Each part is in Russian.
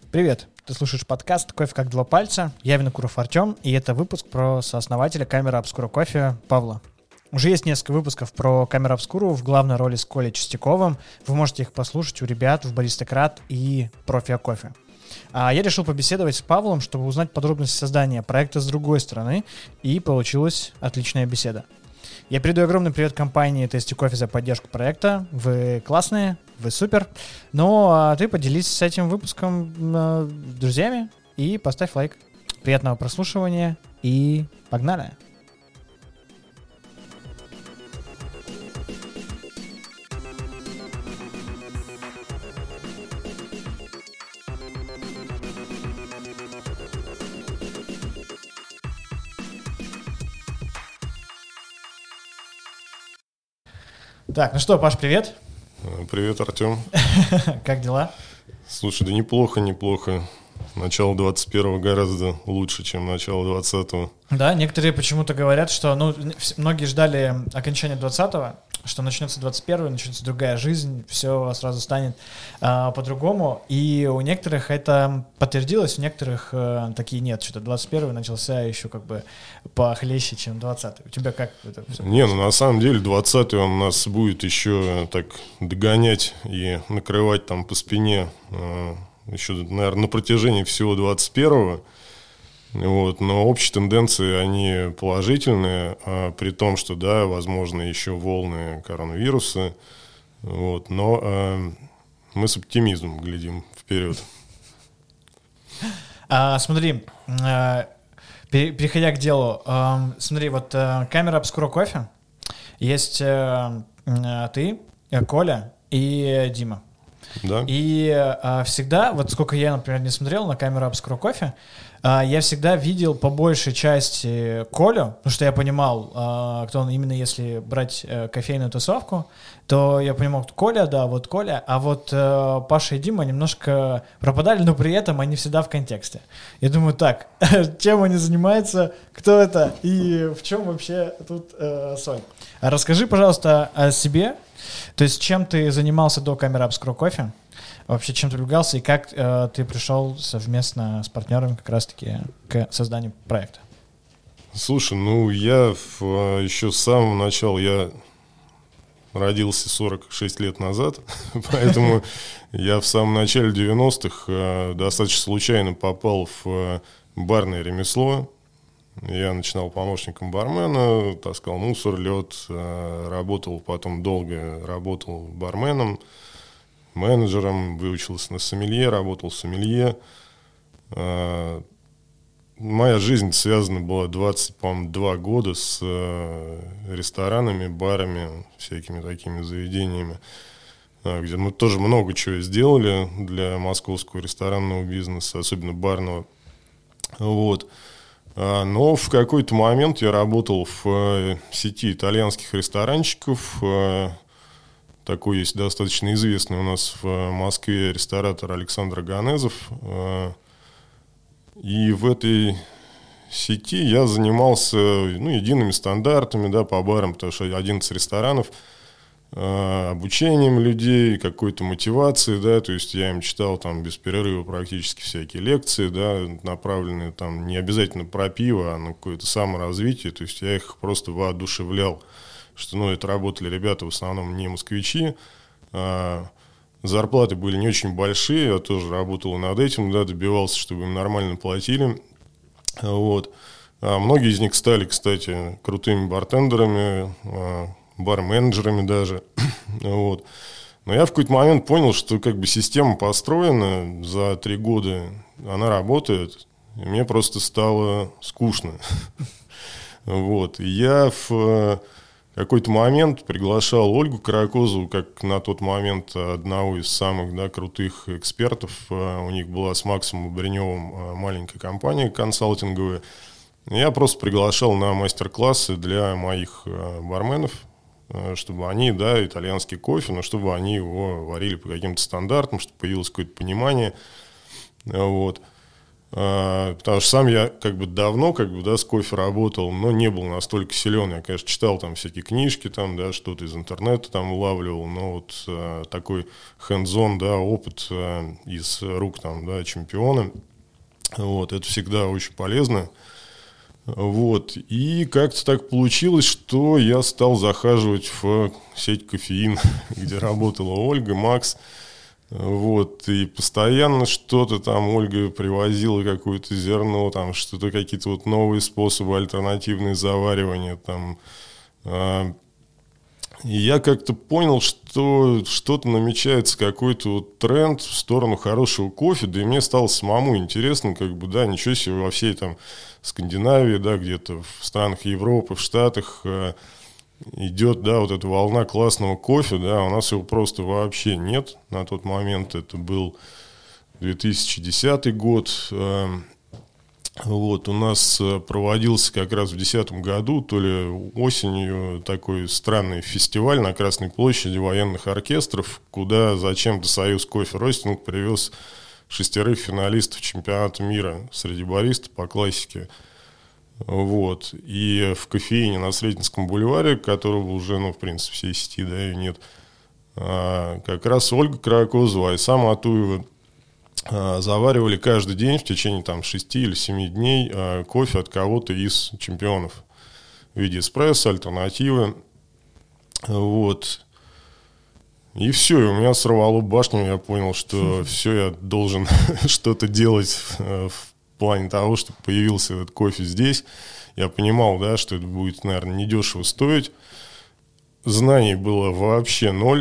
Привет, ты слушаешь подкаст «Кофе как два пальца». Я Винокуров Артем, и это выпуск про сооснователя Камеры Обскура Кофе Павла. Уже есть несколько выпусков про Камеру Обскуру в главной роли с Колей Чистяковым. Вы можете их послушать у ребят в Баристократ и Профи о кофе. А я решил побеседовать с Павлом, чтобы узнать подробности создания проекта с другой стороны, и получилась отличная беседа. Я передаю огромный привет компании Tasty Coffee за поддержку проекта. Вы классные, вы супер. Ну, а ты поделись с этим выпуском с друзьями и поставь лайк. Приятного прослушивания и погнали! Так, ну что, Паш, привет. Привет, Артем. Как дела? Слушай, да неплохо. Начало 21-го гораздо лучше, чем начало 20-го. Да, некоторые почему-то говорят, что многие ждали окончания 20-го, что начнется 21-й, начнется другая жизнь, все сразу станет по-другому. И у некоторых это подтвердилось, у некоторых такие нет, что-то 21-й начался еще как бы похлеще, чем 20-й. У тебя как это все? Не, ну на самом деле 20-й он нас будет еще так догонять и накрывать там по спине еще, наверное, на протяжении всего 21-го. Вот, но общие тенденции, они положительные, при том, что, да, возможно, еще волны коронавируса, вот, но мы с оптимизмом глядим вперед. Смотри, переходя к делу, смотри, вот Камера Обскура Кофе, есть ты, Коля и Дима. Да. И всегда, вот сколько я, например, не смотрел на Камеру Обскура Кофе, я всегда видел по большей части Колю, потому что я понимал, кто он именно, если брать кофейную тусовку, то я понимал, кто Коля, да, вот Коля, а вот Паша и Дима немножко пропадали, но при этом они всегда в контексте. Я думаю, так, чем они занимаются, кто это и в чем вообще тут соль. Расскажи, пожалуйста, о себе, то есть чем ты занимался до Камеры Обскура Кофе, вообще чем ты увлекался и как ты пришел совместно с партнерами как раз-таки к созданию проекта? Слушай, ну я еще с самого начала, я родился 46 лет назад, поэтому я в самом начале 90-х достаточно случайно попал в барное ремесло. Я начинал помощником бармена, таскал мусор, лед, работал потом долго, работал барменом, менеджером, выучился на сомелье, работал сомелье. Моя жизнь связана была 22 года с ресторанами, барами, всякими такими заведениями, где мы тоже много чего сделали для московского ресторанного бизнеса, особенно барного. Вот. Но в какой-то момент я работал в сети итальянских ресторанчиков. Такой есть достаточно известный у нас в Москве ресторатор Александр Ганезов. И в этой сети я занимался едиными стандартами, да, по барам, потому что 11 ресторанов, обучением людей, какой-то мотивацией, да, то есть я им читал там без перерыва практически всякие лекции, да, направленные там не обязательно про пиво, а на какое-то саморазвитие, то есть я их просто воодушевлял, что, это работали ребята в основном не москвичи, зарплаты были не очень большие, я тоже работал над этим, да, добивался, чтобы им нормально платили, вот. Многие из них стали, кстати, крутыми бартендерами, бар-менеджерами даже, вот. Но я в какой-то момент понял, что как бы система построена за 3 года, она работает, и мне просто стало скучно, вот. И я в какой-то момент приглашал Ольгу Каракозову, как на тот момент одного из самых, да, крутых экспертов. У них была с Максом Бриневым маленькая компания консалтинговая. Я просто приглашал на мастер-классы для моих барменов, чтобы они, да, итальянский кофе, но чтобы они его варили по каким-то стандартам, чтобы появилось какое-то понимание. Вот. Потому что сам я давно с кофе работал, но не был настолько силен. Я, конечно, читал там всякие книжки, там, да, что-то из интернета там улавливал, но вот такой hands-on, да, опыт из рук там, да, чемпиона, вот, это всегда очень полезно. Вот. И как-то так получилось, что я стал захаживать в сеть «Кофеин», где работала Ольга, Макс. Вот. И постоянно что-то там Ольга привозила, какое-то зерно, там что-то, какие-то вот новые способы, альтернативные заваривания. Там. И я как-то понял, что что-то намечается, какой-то вот тренд в сторону хорошего кофе, да и мне стало самому интересно, да, ничего себе, во всей там Скандинавии, да, где-то в странах Европы, в Штатах идет, да, вот эта волна классного кофе, да, у нас его просто вообще нет на тот момент, это был 2010 год. Вот, у нас проводился как раз в 2010 году, то ли осенью, такой странный фестиваль на Красной площади военных оркестров, куда зачем-то Союз кофе Ростинг привез 6 финалистов чемпионата мира среди бариста по классике. Вот. И в кофеине на Сретенском бульваре, которого уже, в принципе, всей сети, да, и нет, как раз Ольга Каракозова и сам Атуева заваривали каждый день в течение там 6 или 7 дней кофе от кого-то из чемпионов в виде эспрессо, альтернативы. Вот. И все, и у меня сорвало башню, я понял, что все, я должен что-то делать в плане того, чтобы появился этот кофе здесь. Я понимал, да, что это будет, наверное, недешево стоить. Знаний было вообще ноль.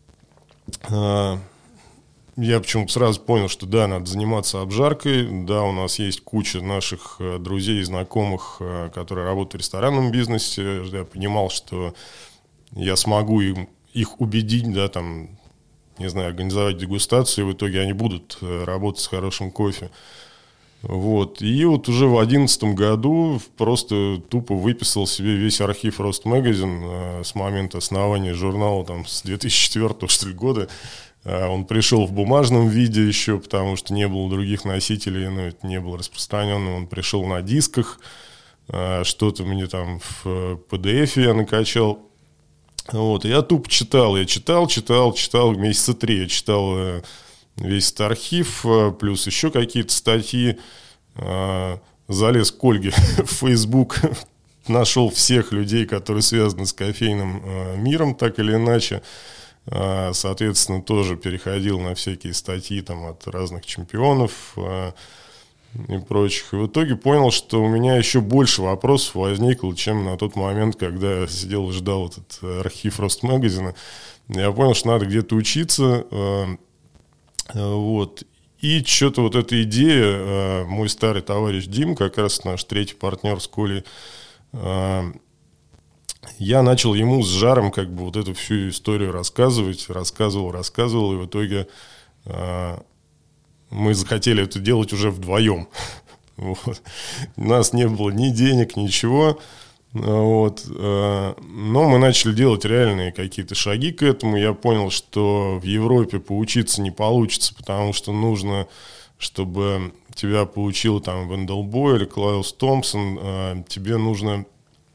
Я почему-то сразу понял, что да, надо заниматься обжаркой. Да, у нас есть куча наших друзей и знакомых, которые работают в ресторанном бизнесе. Я понимал, что я смогу их убедить, да, там, не знаю, организовать дегустацию, и в итоге они будут работать с хорошим кофе. Вот. И вот уже в 2011 году просто тупо выписал себе весь архив Рост Magazine с момента основания журнала, там, с 2004 что ли, года. Он пришел в бумажном виде еще, потому что не было других носителей, это не было распространенным. Он пришел на дисках, что-то мне там в PDF я накачал. Вот, я тупо читал. Я читал месяца 3. Я читал весь этот архив, плюс еще какие-то статьи. Залез к Ольге в Facebook, нашел всех людей, которые связаны с кофейным миром, так или иначе. Соответственно, тоже переходил на всякие статьи там, от разных чемпионов и прочих. И в итоге понял, что у меня еще больше вопросов возникло, чем на тот момент, когда я сидел и ждал этот архив Ростмагазина. Я понял, что надо где-то учиться. Вот. И что-то вот эта идея, мой старый товарищ Дим, как раз наш третий партнер с Колей, я начал ему с жаром вот эту всю историю рассказывать, рассказывал, и в итоге мы захотели это делать уже вдвоем. Вот. У нас не было ни денег, ничего. Вот. Но мы начали делать реальные какие-то шаги к этому. Я понял, что в Европе поучиться не получится, потому что нужно, чтобы тебя поучил там Вендел Бой или Клаус Томпсон, тебе нужно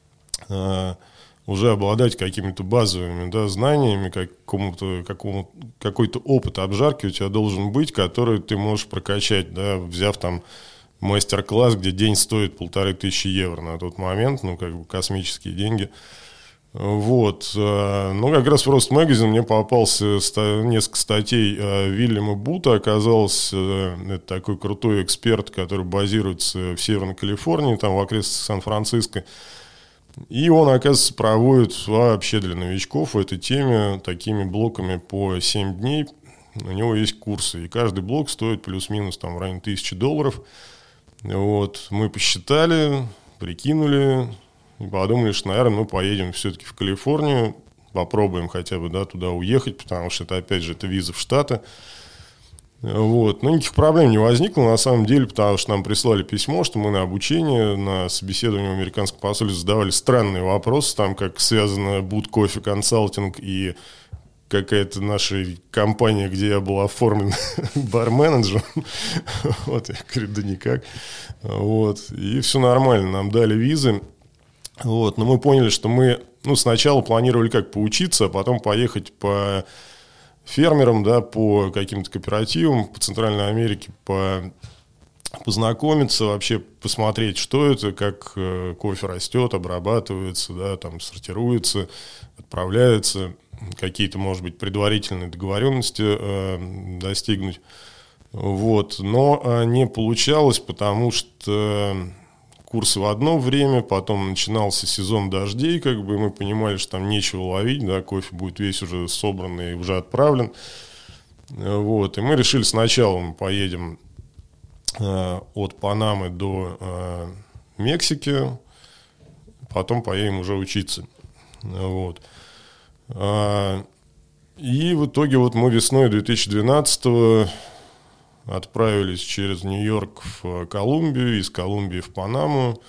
уже обладать какими-то базовыми, да, знаниями, какой-то опыт обжарки у тебя должен быть, который ты можешь прокачать, да, взяв там мастер-класс, где день стоит 1500 евро на тот момент, космические деньги. Вот. Ну, как раз в Рост Magazine мне попался несколько статей Вильяма Бута. Оказался, это такой крутой эксперт, который базируется в Северной Калифорнии, там в окрестностях Сан-Франциско. И он, оказывается, проводит вообще для новичков в этой теме такими блоками по 7 дней. У него есть курсы, и каждый блок стоит плюс-минус там в районе $1000. Вот. Мы посчитали, прикинули и подумали, что, наверное, мы поедем все-таки в Калифорнию, попробуем хотя бы, да, туда уехать, потому что это, опять же, это виза в Штаты. Вот. Но никаких проблем не возникло, на самом деле, потому что нам прислали письмо, что мы на обучение, на собеседование в американском посольстве задавали странные вопросы, там, как связано Boot Coffee Consulting и какая-то наша компания, где я был оформлен бар-менеджером. Вот, я говорю, да никак. Вот, и все нормально, нам дали визы. Вот, но мы поняли, что мы, сначала планировали как поучиться, а потом поехать по фермерам, да, по каким-то кооперативам по Центральной Америке, познакомиться, вообще посмотреть, что это, как кофе растет, обрабатывается, да, там сортируется, отправляется, какие-то, может быть, предварительные договоренности достигнуть. Вот. Но не получалось, потому что курсы в одно время, потом начинался сезон дождей, как бы мы понимали, что там нечего ловить, да, кофе будет весь уже собран и уже отправлен. Вот. И мы решили сначала мы поедем от Панамы до Мексики, потом поедем уже учиться. Вот. И в итоге вот мы весной 2012-го отправились через Нью-Йорк в Колумбию, из Колумбии в Панаму.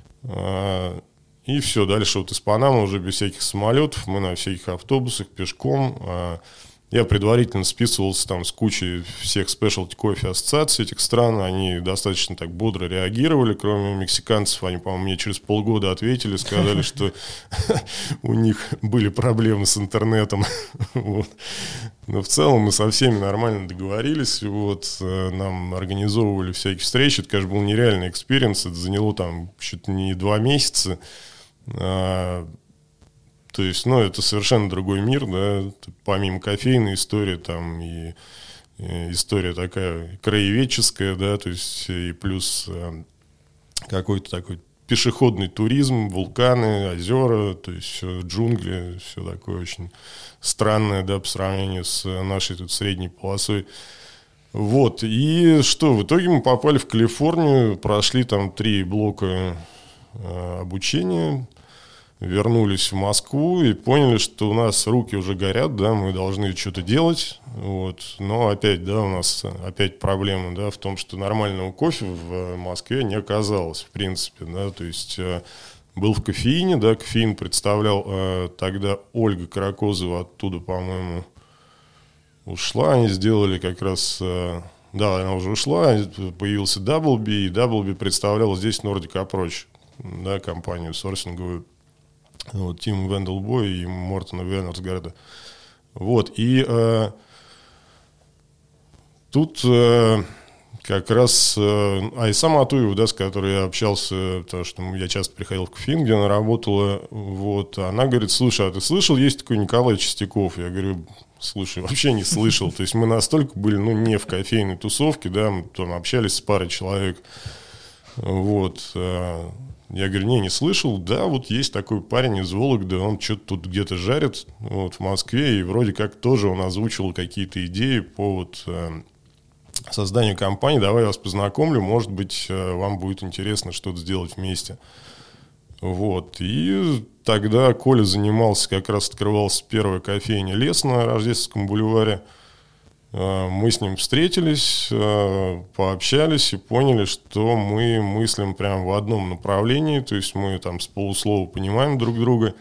И все, дальше вот из Панамы уже без всяких самолетов, мы на всяких автобусах, пешком. Я предварительно списывался там с кучей всех спешлти кофе ассоциаций этих стран. Они достаточно так бодро реагировали, кроме мексиканцев. Они, по-моему, мне через полгода ответили, сказали, что у них были проблемы с интернетом. Но в целом мы со всеми нормально договорились. Вот, нам организовывали всякие встречи. Это, конечно, был нереальный экспириенс. Это заняло там чуть не 2 месяца. То есть, это совершенно другой мир, да, помимо кофейной истории, там и история такая краеведческая, да, то есть и плюс какой-то такой пешеходный туризм, вулканы, озера, то есть все джунгли, все такое очень странное, да, по сравнению с нашей тут средней полосой. Вот, и что, в итоге мы попали в Калифорнию, прошли там 3 блока обучения, вернулись в Москву и поняли, что у нас руки уже горят, да, мы должны что-то делать, вот, но опять, да, у нас опять проблема, да, в том, что нормального кофе в Москве не оказалось, в принципе, да, то есть был в кофеине, да, кофеин представлял тогда Ольга Каракозова, оттуда, по-моему, ушла, они сделали как раз, да, она уже ушла, появился Даблби, и Даблби представлял здесь Nordic Approach, да, компанию сорсинговую. Вот, Тим Венделбой и Мортона Венерсгарда. Вот, и тут как раз Айса Матуева, да, с которой я общался, потому что я часто приходил в кофеин, где она работала, вот, она говорит, слушай, а ты слышал, есть такой Николай Чистяков? Я говорю, слушай, вообще не слышал. То есть мы настолько были, не в кофейной тусовке, да, мы там общались с парой человек, вот. Я говорю, не слышал. Да, вот есть такой парень из Вологды, он что-то тут где-то жарит, вот, в Москве, и вроде как тоже он озвучил какие-то идеи по вот, созданию компании. Давай я вас познакомлю, может быть, вам будет интересно что-то сделать вместе. Вот, и тогда Коля занимался, как раз открывалась первая кофейня «Лес» на Рождественском бульваре. Мы с ним встретились, пообщались и поняли, что мы мыслим прямо в одном направлении, то есть мы там с полуслова понимаем друг друга,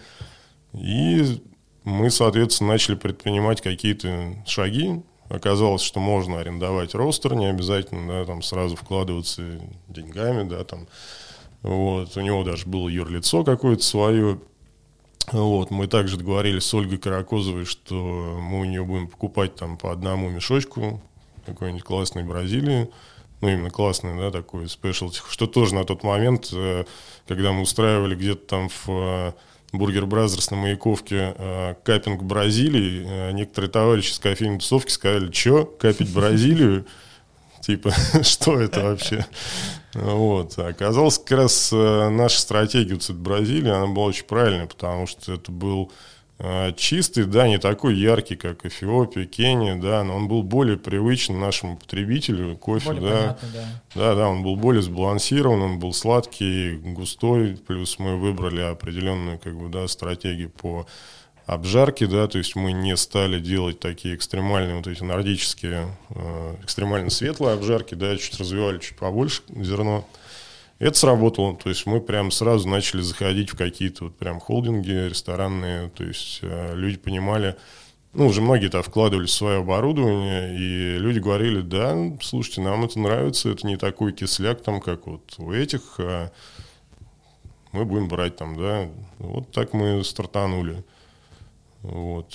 и мы, соответственно, начали предпринимать какие-то шаги. Оказалось, что можно арендовать ростер, не обязательно, да, там сразу вкладываться деньгами, да, там, вот, у него даже было юрлицо какое-то свое. Вот, мы также договорились с Ольгой Каракозовой, что мы у нее будем покупать там по одному мешочку какой-нибудь классной Бразилии, именно классный, да, такой спешлти, что тоже на тот момент, когда мы устраивали где-то там в Бургер Бразерс на Маяковке капинг Бразилии, некоторые товарищи с кофейной тусовки сказали, что, капить Бразилию? Типа, что это вообще? Вот. Оказалось, как раз наша стратегия вот с Бразилии, она была очень правильная, потому что это был чистый, да, не такой яркий, как Эфиопия, Кения, да, но он был более привычен нашему потребителю, кофе, более да. Понятно, да. Да, он был более сбалансирован, он был сладкий, густой, плюс мы выбрали определенную, как бы, да, стратегию по обжарки, да, то есть мы не стали делать такие экстремальные вот эти нордические, экстремально светлые обжарки, да, чуть развивали чуть побольше зерно. Это сработало, то есть мы прям сразу начали заходить в какие-то вот прям холдинги ресторанные, то есть люди понимали, ну, уже многие-то вкладывали в свое оборудование, и люди говорили, да, слушайте, нам это нравится, это не такой кисляк, там, как вот у этих, мы будем брать там, да. Вот так мы стартанули. Вот.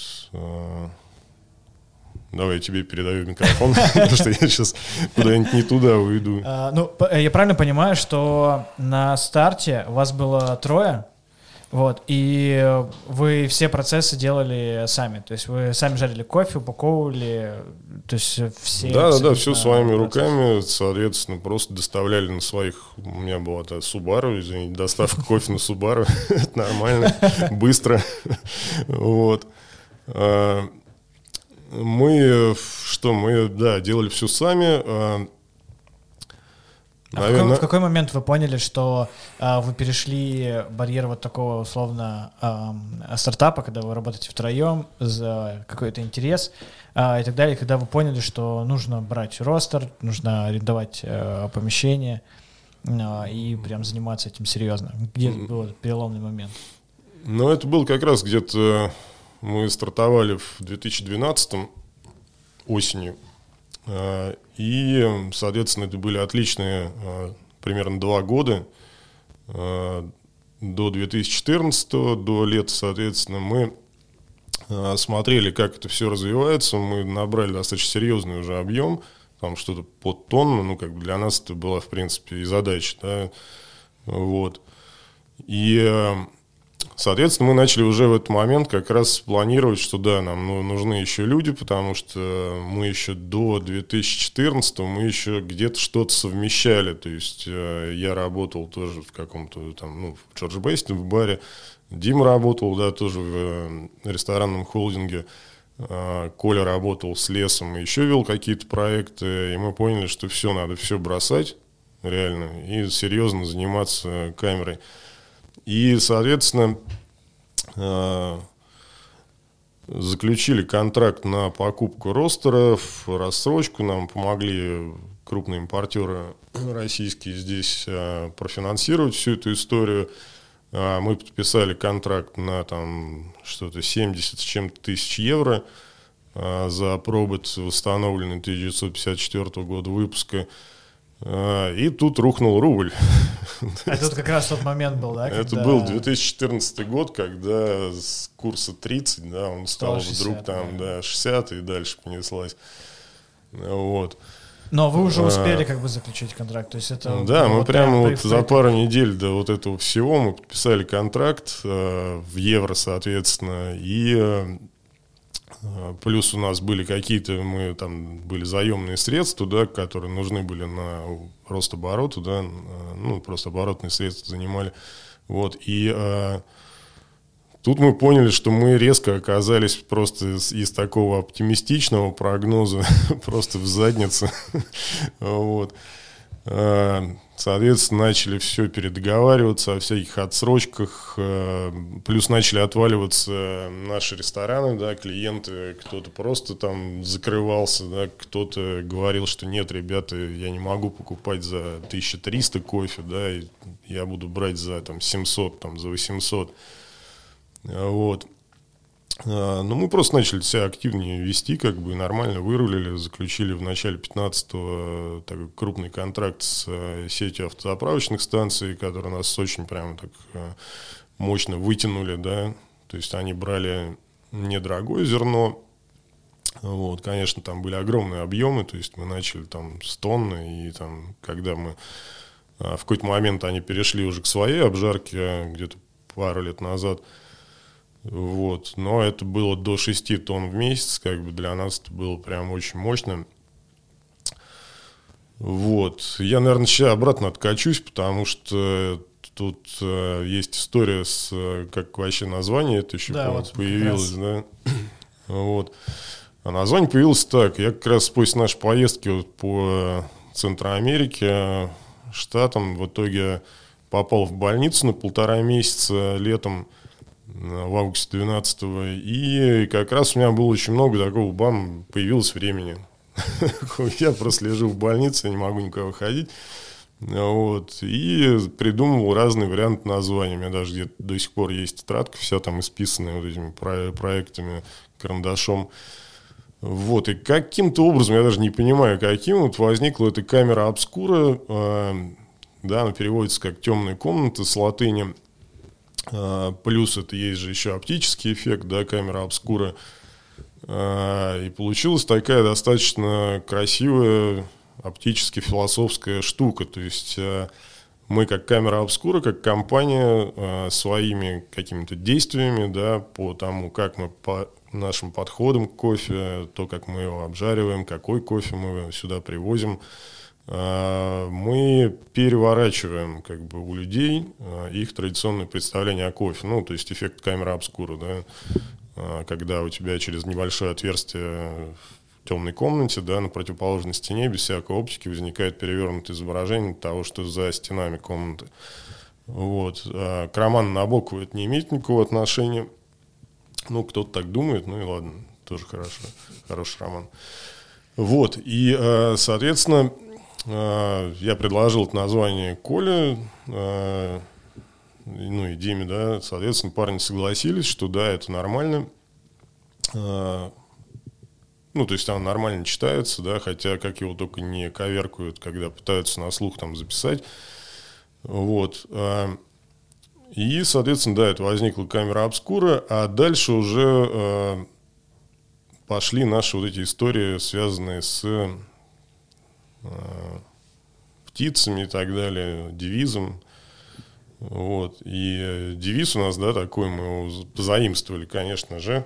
Давай я тебе передаю микрофон, потому что я сейчас куда-нибудь не туда уйду. Ну, я правильно понимаю, что на старте вас было 3, вот, и вы все процессы делали сами, то есть вы сами жарили кофе, упаковывали, то есть все... Да, все своими руками, соответственно, просто доставляли на своих... У меня была Subaru, извините, доставка кофе на Subaru, это нормально, быстро, вот. Мы делали все сами. В какой момент вы поняли, что вы перешли барьер вот такого условно стартапа, когда вы работаете втроем за какой-то интерес и так далее, когда вы поняли, что нужно брать ростер, нужно арендовать помещение и прям заниматься этим серьезно? Где был этот переломный момент? Ну, это был как раз где-то... Мы стартовали в 2012 осенью. И, соответственно, это были отличные примерно 2 года. До 2014, до лета, соответственно, мы смотрели, как это все развивается. Мы набрали достаточно серьезный уже объем, там что-то под тонну. Ну, как бы для нас это была, в принципе, и задача, да. Вот. И... Соответственно, мы начали уже в этот момент как раз планировать, что да, нам нужны еще люди, потому что мы еще до 2014 мы еще где-то что-то совмещали. То есть я работал тоже в каком-то там, в Джордж Бесте, в баре. Дима работал, да, тоже в ресторанном холдинге. Коля работал с лесом и еще вел какие-то проекты. И мы поняли, что все, надо все бросать реально и серьезно заниматься камерой. И, соответственно, заключили контракт на покупку ростеров, рассрочку. Нам помогли крупные импортеры российские здесь профинансировать всю эту историю. Мы подписали контракт на там что-то 70 с чем-то тысяч евро за пробот, восстановленный 1954 года выпуска. И тут рухнул рубль. А тут как раз тот момент был, да? Это был 2014 год, когда с курса 30, да, он стал 60, вдруг там, да, 60 и дальше понеслась. Вот. Но вы уже успели как бы заключить контракт, то есть это... Да, мы прямо вот за пару недель до вот этого всего мы подписали контракт в евро, соответственно, и... Плюс у нас были мы там были заемные средства, да, которые нужны были на рост оборота, да, просто оборотные средства занимали. Вот, и тут мы поняли, что мы резко оказались просто из такого оптимистичного прогноза просто в заднице. Вот. Соответственно, начали все передоговариваться о всяких отсрочках, плюс начали отваливаться наши рестораны, да, клиенты, кто-то просто там закрывался, да, кто-то говорил, что нет, ребята, я не могу покупать за 1300 кофе, да, я буду брать за там 700, там, за 800, вот. Но мы просто начали себя активнее вести, как бы, и нормально вырулили, заключили в начале 15-го такой крупный контракт с сетью автозаправочных станций, которые нас очень прямо так мощно вытянули, да, то есть они брали недорогое зерно, вот, конечно, там были огромные объемы, то есть мы начали там с тонны, и там, когда мы в какой-то момент они перешли уже к своей обжарке, где-то пару лет назад. Вот. Но это было до 6 тонн в месяц, как бы для нас это было прям очень мощно. Вот. Я, наверное, сейчас обратно откачусь, потому что тут есть история как вообще название это еще появилось, да. Вот. А название появилось так. Я как раз после нашей поездки по Центроамерике, штатам, в итоге попал в больницу на 1,5 месяца летом, в августе 12-го, и как раз у меня было очень много такого, появилось времени. Я просто лежу в больнице, я не могу никуда выходить. Вот, и придумывал разные варианты названий. У меня даже где-то до сих пор есть тетрадка, вся там исписанная вот этими проектами, карандашом. Вот, и каким-то образом, я даже не понимаю, каким, вот возникла эта камера обскура, да, она переводится как темная комната с латыни, плюс это есть же еще оптический эффект, да, камера обскура, и получилась такая достаточно красивая оптически-философская штука, то есть мы как камера обскура, как компания своими какими-то действиями, да, по тому, как мы по нашим подходам к кофе, то, как мы его обжариваем, какой кофе мы сюда привозим, мы переворачиваем как бы у людей их традиционное представление о кофе. Ну, то есть эффект камеры обскура, да, когда у тебя через небольшое отверстие в темной комнате, да, на противоположной стене, без всякой оптики, возникает перевернутое изображение того, что за стенами комнаты. Вот. К роману Набокову это не имеет никакого отношения. Ну, кто-то так думает, ну и ладно, тоже хорошо, хороший роман. Вот, и, соответственно, я предложил это название Коле, ну и Диме, да, соответственно, парни согласились, что да, это нормально. Ну, то есть оно нормально читается, да, хотя как его только не коверкуют, когда пытаются на слух там записать. Вот. И, соответственно, да, это возникла камера обскура, а дальше уже пошли наши вот эти истории, связанные с птицами и так далее, девизом. Вот. И девиз у нас, да, такой, мы его позаимствовали, конечно же,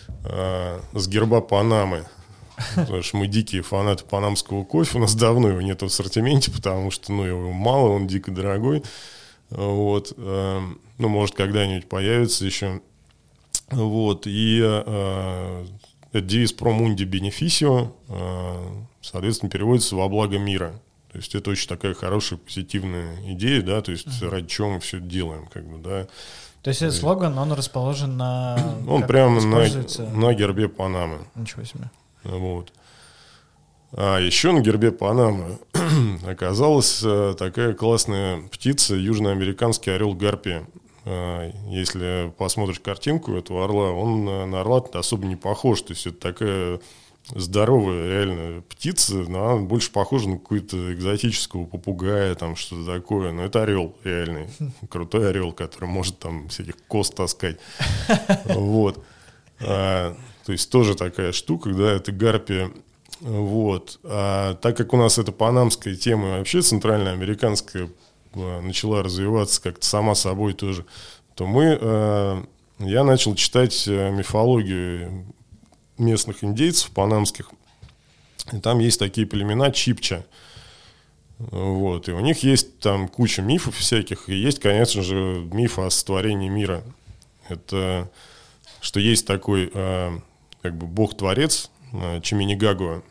с герба Панамы. Потому что мы дикие фанаты панамского кофе. У нас давно его нет в ассортименте, потому что, ну, его мало, он дико дорогой. Вот. Ну, может, когда-нибудь появится еще. Вот. И это девиз «Pro mundi beneficio», соответственно, переводится «во благо мира». То есть это очень такая хорошая, позитивная идея, да, то есть ради чего мы все это делаем, как бы, да. То есть этот слоган, он расположен на... Он прямо на гербе Панамы. Ничего себе. Вот. А еще на гербе Панамы оказалась такая классная птица, южноамериканский орел гарпия. Если посмотришь картинку этого орла, он на орла особо не похож. То есть это такая здоровая реально птица, но она больше похожа на какую-то экзотического попугая, там что-то такое. Но это орел реальный, крутой орел, который может там всяких коз таскать. Вот. То есть тоже такая штука, да, это гарпия. Вот. А так как у нас эта панамская тема и вообще центральноамериканская начала развиваться как-то сама собой тоже, то я начал читать мифологию местных индейцев панамских. И там есть такие племена чипча. Вот. И у них есть там куча мифов всяких. И есть, конечно же, миф о сотворении мира. Это что есть такой как бы бог-творец Чиминигагуа.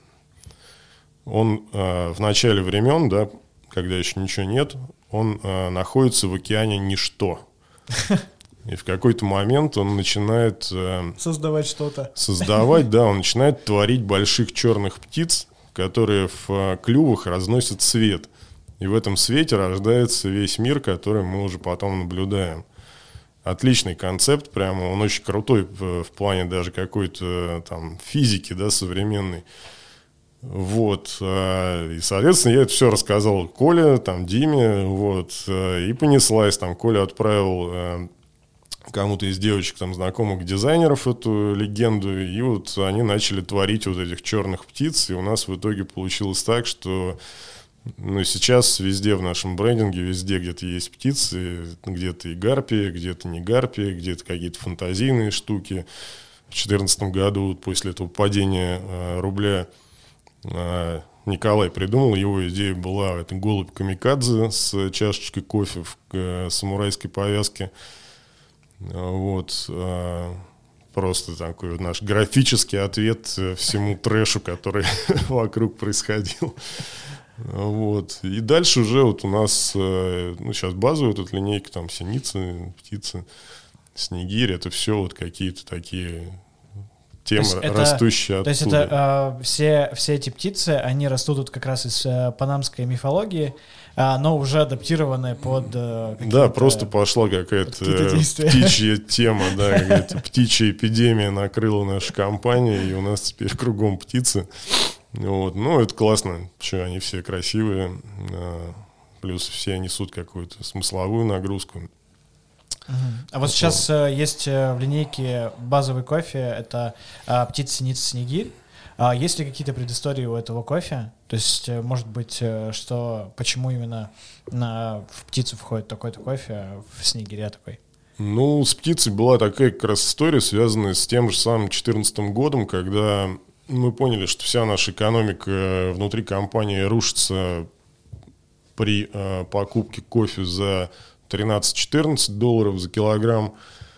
Он в начале времен, да, когда еще ничего нет, он находится в океане ничто. И в какой-то момент он начинает... создавать что-то. Создавать, да, он начинает творить больших черных птиц, которые в клювах разносят свет. И в этом свете рождается весь мир, который мы уже потом наблюдаем. Отличный концепт, прямо он очень крутой в плане даже какой-то там физики, да, современной. Вот, и, соответственно, я это все рассказал Коле, там, Диме, вот, и понеслась, там, Коля отправил кому-то из девочек, там, знакомых дизайнеров эту легенду, и вот они начали творить вот этих черных птиц, и у нас в итоге получилось так, что, ну, сейчас везде в нашем брендинге, везде где-то есть птицы, где-то и гарпии, где-то не гарпии, где-то какие-то фантазийные штуки. В 2014 году, после этого падения рубля, Николай придумал, его идея была, это голубь камикадзе с чашечкой кофе в самурайской повязке. Вот. Просто такой наш графический ответ всему трэшу, который вокруг происходил. Вот. И дальше уже вот у нас, ну, сейчас базовая тут линейка, там синицы, птицы, снегирь, это все вот какие-то такие тема, растущая оттуда. То есть это все эти птицы, они растут тут как раз из панамской мифологии, но уже адаптированные под Да, просто пошла какая-то птичья тема, да, какая-то птичья эпидемия накрыла нашу компанию, и у нас теперь кругом птицы. Вот. Ну, это классно, что они все красивые, плюс все несут какую-то смысловую нагрузку. А вот сейчас есть в линейке базовый кофе, это птица, синица, снегирь. Есть ли какие-то предыстории у этого кофе? То есть, может быть, почему именно в птицу входит такой-то кофе, а в снегиря такой? Ну, с птицей была такая как раз история, связанная с тем же самым 2014 годом, когда мы поняли, что вся наша экономика внутри компании рушится при покупке кофе за $13-14 за килограмм.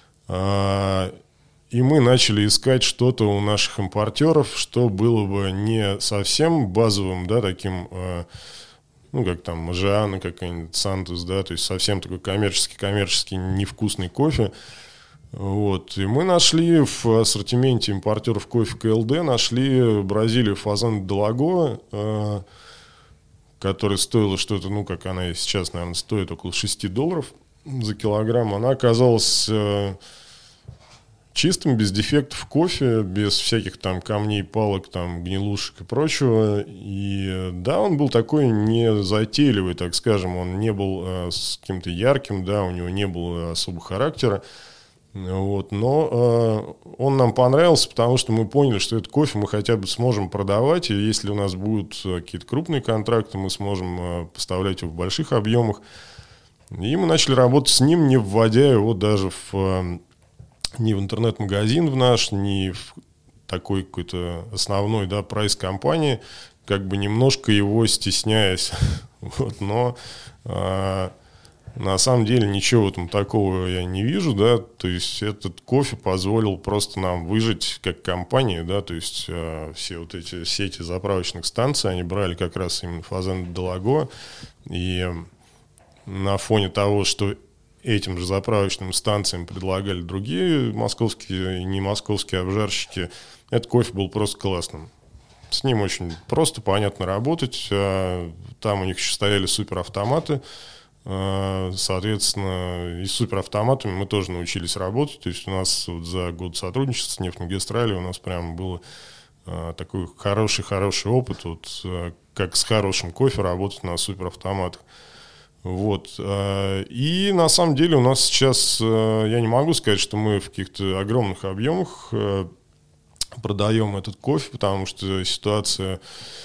И мы начали искать что-то у наших импортеров, что было бы не совсем базовым, да, таким, ну, как там Мажиано, какая-нибудь Сантос, да, то есть совсем такой коммерческий невкусный кофе. Вот. И мы нашли в ассортименте импортеров кофе КЛД, нашли Бразилию Фазан де Лагоа, которая стоила что-то, ну, как она и сейчас, наверное, стоит около $6 за килограмм. Она оказалась чистым, без дефектов кофе, без всяких там камней, палок, там, гнилушек и прочего. И да, он был такой незатейливый, так скажем. Он не был с каким-то ярким, да, у него не было особого характера. Вот, но он нам понравился, потому что мы поняли, что этот кофе мы хотя бы сможем продавать, и если у нас будут какие-то крупные контракты, мы сможем поставлять его в больших объемах. И мы начали работать с ним, не вводя его даже ни в интернет-магазин в наш, ни в такой какой-то основной, да, прайс компании, как бы немножко его стесняясь. Вот, но на самом деле ничего в этом такого я не вижу, да, то есть этот кофе позволил просто нам выжить как компании, да, то есть все вот эти сети заправочных станций, они брали как раз именно Фазан де Лагоа, и на фоне того, что этим же заправочным станциям предлагали другие московские и не московские обжарщики, этот кофе был просто классным. С ним очень просто, понятно работать, там у них еще стояли суперавтоматы. Соответственно, и с суперавтоматами мы тоже научились работать. То есть у нас вот за год сотрудничества с Нефтьмагистралью у нас прям был такой хороший опыт, вот, как с хорошим кофе работать на суперавтоматах. Вот. И на самом деле у нас сейчас, я не могу сказать, что мы в каких-то огромных объемах продаем этот кофе, потому что ситуация,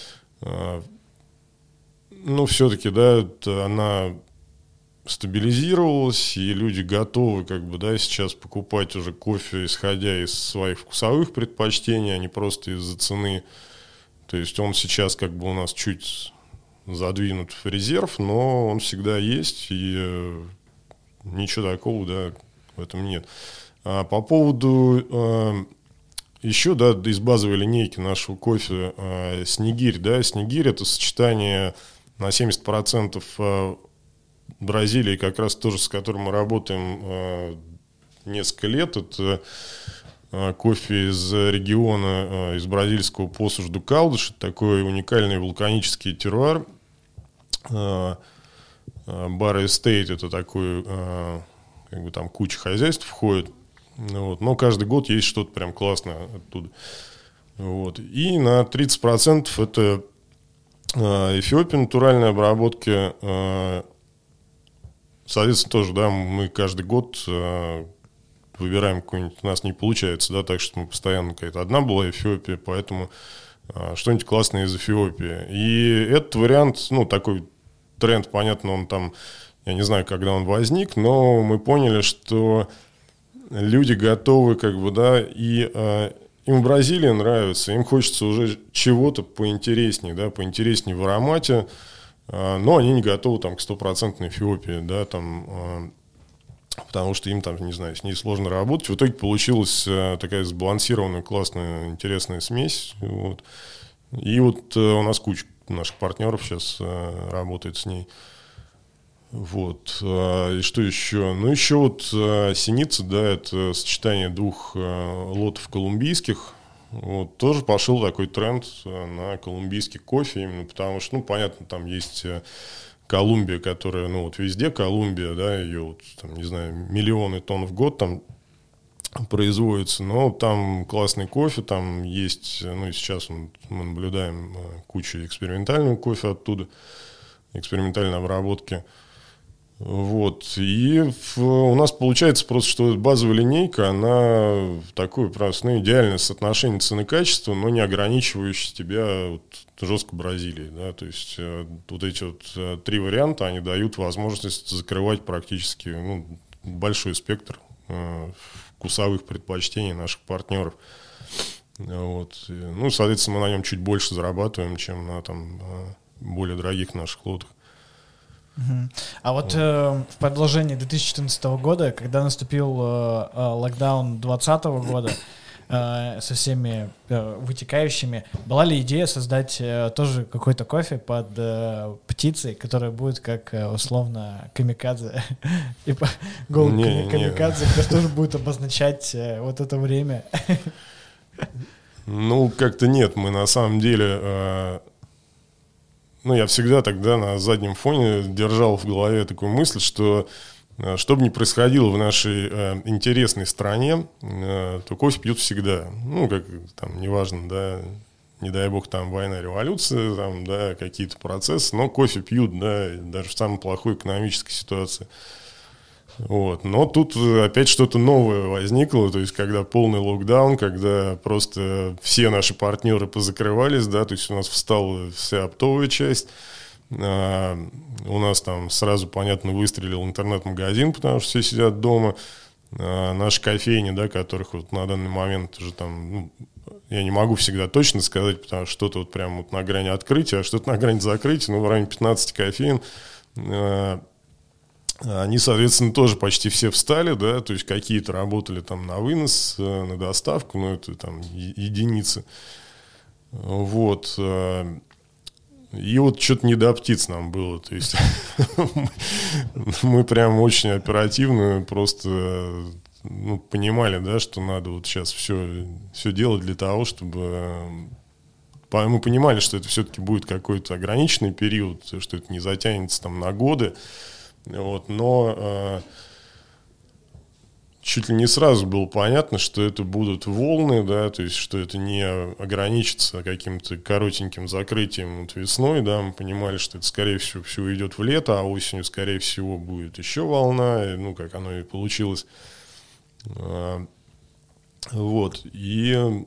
ну, все-таки, да, она стабилизировалась, и люди готовы, как бы, да, сейчас покупать уже кофе, исходя из своих вкусовых предпочтений, а не просто из-за цены. То есть он сейчас, как бы, у нас чуть задвинут в резерв, но он всегда есть, и ничего такого, да, в этом нет. А по поводу еще, да, из базовой линейки нашего кофе снегирь, да, снегирь — это сочетание на 70% Бразилии, как раз тоже, с которым мы работаем несколько лет. Это кофе из региона, из бразильского Посуш ду Калдеш. Это такой уникальный вулканический терруар. Бар Эстейт — это такой, как бы там куча хозяйств входит. Вот. Но каждый год есть что-то прям классное оттуда. Вот. И на 30% это Эфиопия, натуральной обработки. Соответственно, тоже, да, мы каждый год выбираем какой-нибудь, у нас не получается, да, так что мы постоянно какая-то одна была Эфиопия, поэтому что-нибудь классное из Эфиопии. И этот вариант, ну, такой тренд, понятно, он там, я не знаю, когда он возник, но мы поняли, что люди готовы, как бы, да, и им Бразилия нравится, им хочется уже чего-то поинтереснее, да, поинтереснее в аромате, но они не готовы там к 100% Эфиопии, да, там, потому что им там, не знаю, с ней сложно работать. В итоге получилась такая сбалансированная, классная, интересная смесь. Вот. И вот у нас куча наших партнеров сейчас работает с ней. Вот. И что еще? Ну, еще вот синица, да, это сочетание двух лотов колумбийских. Вот, тоже пошел такой тренд на колумбийский кофе, именно потому что, ну, понятно, там есть Колумбия, которая, ну, вот везде Колумбия, да, ее, вот, там, не знаю, миллионы тонн в год там производится, но там классный кофе, там есть, ну, и сейчас мы наблюдаем кучу экспериментального кофе оттуда, экспериментальной обработки. Вот. И у нас получается просто, что базовая линейка, она такое просто, ну, идеальное соотношение цены-качества, но не ограничивающее тебя вот жестко Бразилией. Да? То есть вот эти вот 3 варианта, они дают возможность закрывать практически, ну, большой спектр вкусовых предпочтений наших партнеров. Вот. Ну, соответственно, мы на нем чуть больше зарабатываем, чем на там более дорогих наших лотах. А вот в продолжении 2014 года, когда наступил локдаун 2020 года со всеми вытекающими, была ли идея создать тоже какой-то кофе под птицей, которая будет как условно камикадзе, типа голубь камикадзе, который тоже будет обозначать вот это время? Ну, как-то нет, мы на самом деле... Ну, я всегда тогда на заднем фоне держал в голове такую мысль, что бы ни происходило в нашей интересной стране, то кофе пьют всегда. Ну, как там, неважно, да, не дай бог, там, война, революция, там, да, какие-то процессы, но кофе пьют, да, даже в самой плохой экономической ситуации. Вот. Но тут опять что-то новое возникло, то есть когда полный локдаун, когда просто все наши партнеры позакрывались, да, то есть у нас встала вся оптовая часть, у нас там сразу, понятно, выстрелил интернет-магазин, потому что все сидят дома, наши кофейни, да, которых вот на данный момент уже там, ну, я не могу всегда точно сказать, потому что что-то вот прям вот на грани открытия, а что-то на грани закрытия, ну, в районе 15 кофеин, они, соответственно, тоже почти все встали, да, то есть какие-то работали там на вынос, на доставку, но это там единицы. Вот. И вот что-то не до птиц нам было, то есть мы прям очень оперативно просто понимали, да, что надо вот сейчас все делать для того, чтобы... Мы понимали, что это все-таки будет какой-то ограниченный период, что это не затянется там на годы. Вот, но чуть ли не сразу было понятно, что это будут волны, да, то есть что это не ограничится каким-то коротеньким закрытием вот весной, да, мы понимали, что это, скорее всего, все уйдет в лето, а осенью, скорее всего, будет еще волна, ну, как оно и получилось. Вот, и...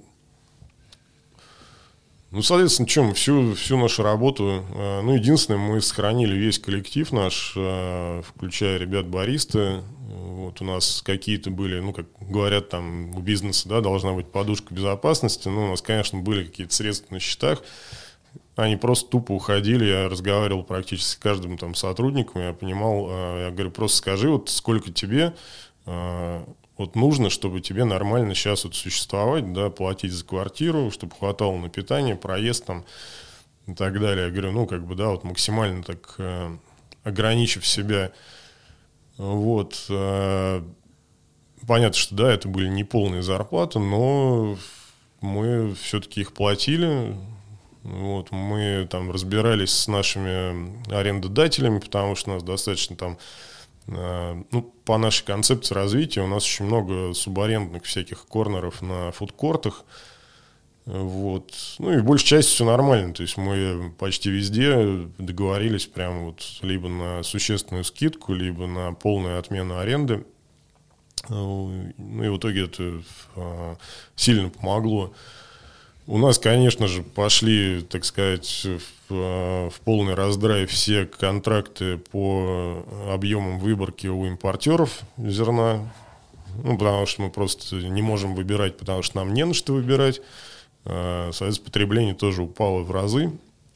Ну, соответственно, мы всю нашу работу, ну, единственное, мы сохранили весь коллектив наш, включая ребят-баристы. Вот у нас какие-то были, ну, как говорят там у бизнеса, да, должна быть подушка безопасности. Ну, у нас, конечно, были какие-то средства на счетах. Они просто тупо уходили. Я разговаривал практически с каждым там сотрудником. Я понимал, я говорю, просто скажи, вот сколько тебе... Вот нужно, чтобы тебе нормально сейчас вот существовать, да, платить за квартиру, чтобы хватало на питание, проезд там и так далее. Я говорю, ну, как бы, да, вот максимально так ограничив себя. Вот. Понятно, что, да, это были не полные зарплаты, но мы все-таки их платили. Вот. Мы там разбирались с нашими арендодателями, потому что у нас достаточно там... Ну, по нашей концепции развития у нас очень много субарендных всяких корнеров на фудкортах. Вот. Ну и большей части все нормально. То есть мы почти везде договорились прямо вот либо на существенную скидку, либо на полную отмену аренды. Ну и в итоге это сильно помогло. У нас, конечно же, пошли, так сказать, в полный раздрай все контракты по объемам выборки у импортеров зерна. Ну, потому что мы просто не можем выбирать, потому что нам не на что выбирать. Соответственно, потребление тоже упало в разы.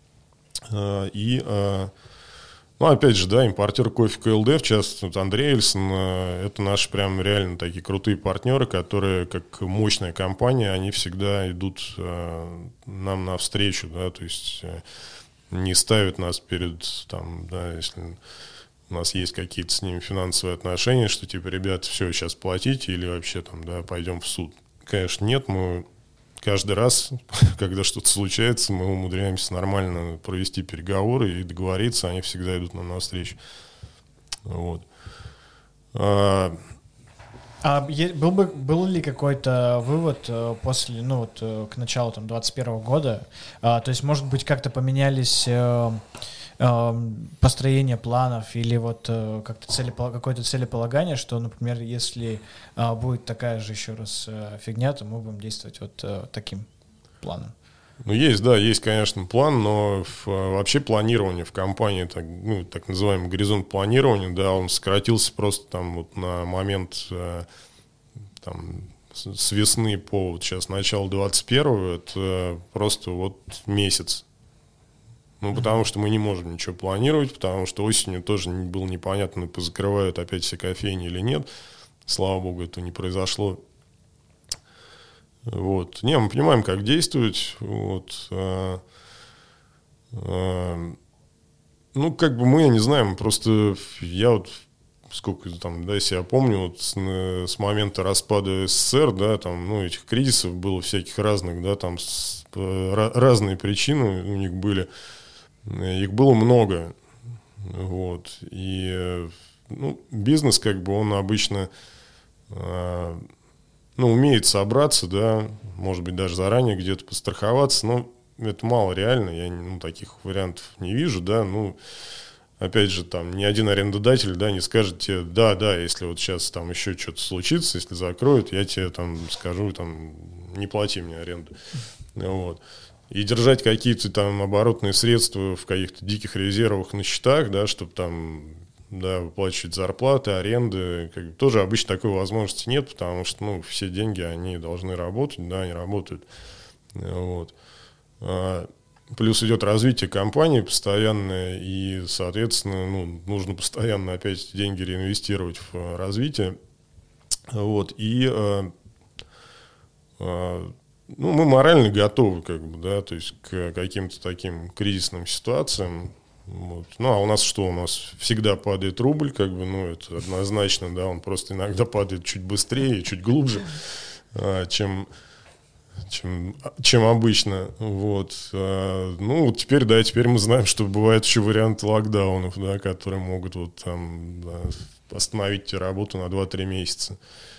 Ну, опять же, да, импортер кофе КЛД, в частности, вот Андрей Эльсон, это наши прям реально такие крутые партнеры, которые, как мощная компания, они всегда идут нам навстречу, да, то есть не ставят нас перед, там, да, если у нас есть какие-то с ними финансовые отношения, что типа, ребят, все, сейчас платите или вообще там, да, пойдем в суд. Конечно, нет, мы каждый раз, когда что-то случается, мы умудряемся нормально провести переговоры и договориться, они всегда идут нам навстречу. Вот. Был ли какой-то вывод после, к началу 2021 года? То есть, может быть, как-то поменялись построение планов или как-то какое-то целеполагание, что, например, если будет такая же еще раз фигня, то мы будем действовать таким планом? Ну, есть, конечно, план, но вообще планирование в компании, так называемый горизонт планирования, да, он сократился просто на момент с весны по сейчас начало 21-го, это просто месяц. Потому что мы не можем ничего планировать, потому что осенью тоже было непонятно, позакрывают опять все кофейни или нет. Слава богу, это не произошло. Мы понимаем, как действовать. Мы, не знаем, просто я сколько если я помню, с момента распада СССР, этих кризисов было всяких разных, разные причины у них были. Их было много. И бизнес, он обычно умеет собраться, да, может быть, даже заранее где-то постраховаться, но это мало реально, я таких вариантов не вижу, да, опять же, ни один арендодатель, да, не скажет тебе, да, если сейчас еще что-то случится, если закроют, я тебе скажу, не плати мне аренду, И держать какие-то оборотные средства в каких-то диких резервах на счетах, да, чтобы выплачивать зарплаты, аренды, тоже обычно такой возможности нет, потому что, все деньги, они должны работать, да, они работают. Плюс идет развитие компании постоянное, и, соответственно, нужно постоянно опять деньги реинвестировать в развитие. Мы морально готовы, то есть к каким-то таким кризисным ситуациям. А у нас что? У нас всегда падает рубль, это однозначно, да, он просто иногда падает чуть быстрее, чуть глубже, чем обычно. Теперь мы знаем, что бывают еще варианты локдаунов, да, которые могут остановить работу на 2-3 месяца.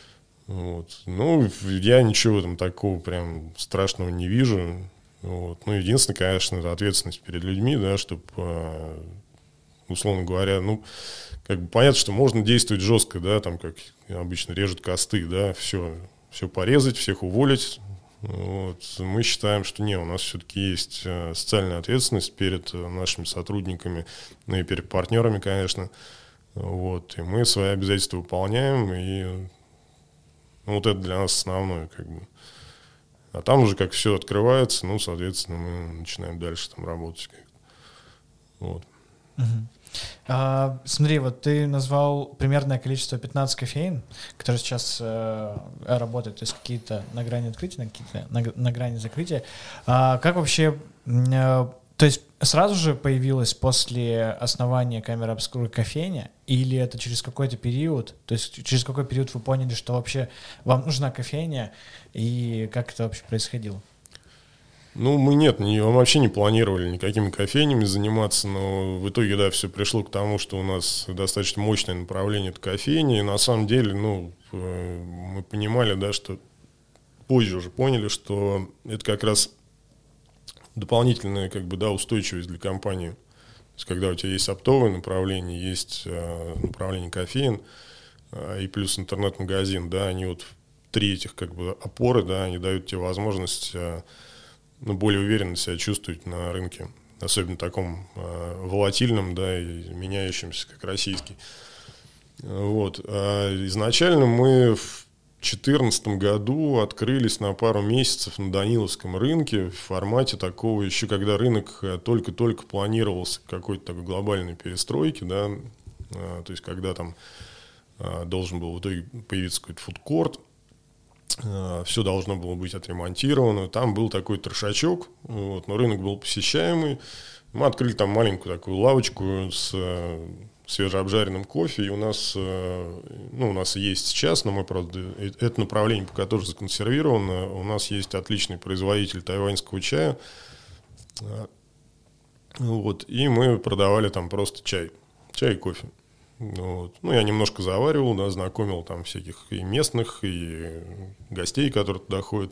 Я ничего такого прям страшного не вижу. Единственное, конечно, это ответственность перед людьми, да, чтобы, условно говоря, понятно, что можно действовать жестко, да, как обычно режут косты, да, все порезать, всех уволить. Мы считаем, что у нас все-таки есть социальная ответственность перед нашими сотрудниками, и перед партнерами, конечно. И мы свои обязательства выполняем, и это для нас основное, А там уже как все открывается, соответственно, мы начинаем дальше работать. Смотри, ты назвал примерное количество 15 кофеин, которые сейчас работают, то есть какие-то на грани открытия, какие-то на грани закрытия. Как вообще, то есть сразу же появилась после основания камеры обскуры кофейня, или это через какой-то период, то есть через какой период вы поняли, что вообще вам нужна кофейня, и как это вообще происходило? Мы вообще не планировали никакими кофейнями заниматься, но в итоге, да, все пришло к тому, что у нас достаточно мощное направление — это кофейня, и на самом деле, мы понимали, да, что позже уже поняли, что это как раз дополнительная, устойчивость для компании. То есть, когда у тебя есть оптовое направление, есть направление кофеин, и плюс интернет-магазин, да, они три этих опоры, да, они дают тебе возможность более уверенно себя чувствовать на рынке, особенно таком волатильном, да, и меняющемся, как российский. Изначально мы в 2014 году открылись на пару месяцев на Даниловском рынке в формате такого еще, когда рынок только-только планировался к какой-то такой глобальной перестройке, да, то есть когда там должен был в итоге появиться какой-то фудкорт, все должно было быть отремонтировано. Там был такой трешачок, но рынок был посещаемый. Мы открыли там маленькую такую лавочку с свежеобжаренным кофе, и у нас есть сейчас, но мы, правда, это направление пока тоже законсервировано. У нас есть отличный производитель тайваньского чая, вот, и мы продавали там просто чай и кофе. Вот. Ну, я немножко заваривал, да, знакомил там всяких и местных, и гостей, которые туда ходят.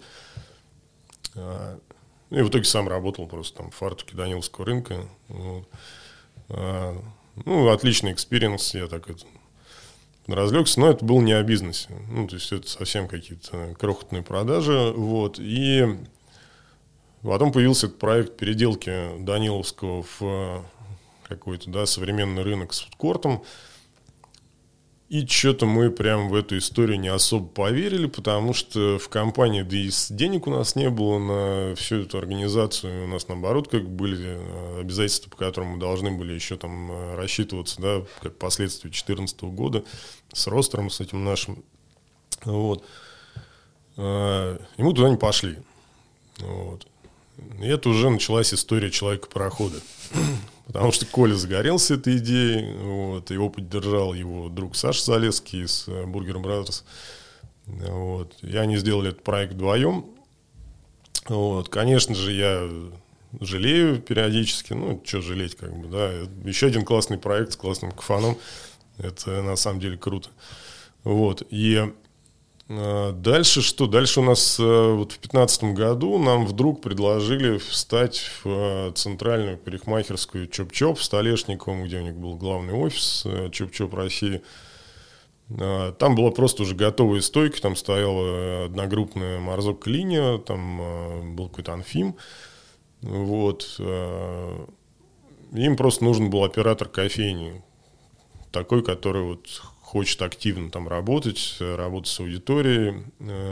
И в итоге сам работал просто там в фартуке Даниловского рынка. Вот. Отличный экспириенс, я так разлегся, но это было не о бизнесе. Ну, то есть это совсем какие-то крохотные продажи. Вот. И потом появился этот проект переделки Даниловского в какой-то, да, современный рынок с фудкортом. И что-то мы прям в эту историю не особо поверили, потому что в компании, да и денег у нас не было на всю эту организацию. У нас, наоборот, как были обязательства, по которым мы должны были еще там рассчитываться, да, как последствия 2014 года с ростером, с этим нашим. Вот. И мы туда не пошли. Вот. И это уже началась история человека-парохода. Потому что Коля загорелся этой идеей, вот, его поддержал его друг Саша Залесский из Burger Brothers. Вот, и они сделали этот проект вдвоем. Вот, конечно же, я жалею периодически, ну, что жалеть, как бы, да. Еще один классный проект с классным кафаном. Это на самом деле круто. Вот, и дальше что? Дальше у нас вот в 2015 году нам вдруг предложили встать в центральную парикмахерскую Чоп-Чоп в Столешниковом, где у них был главный офис Чоп-Чоп России. Там была просто уже готовая стойка, там стояла одногруппная морзок-линия, там был какой-то Анфим. Вот. Им просто нужен был оператор кофейни, такой, который вот хочет активно там работать с аудиторией.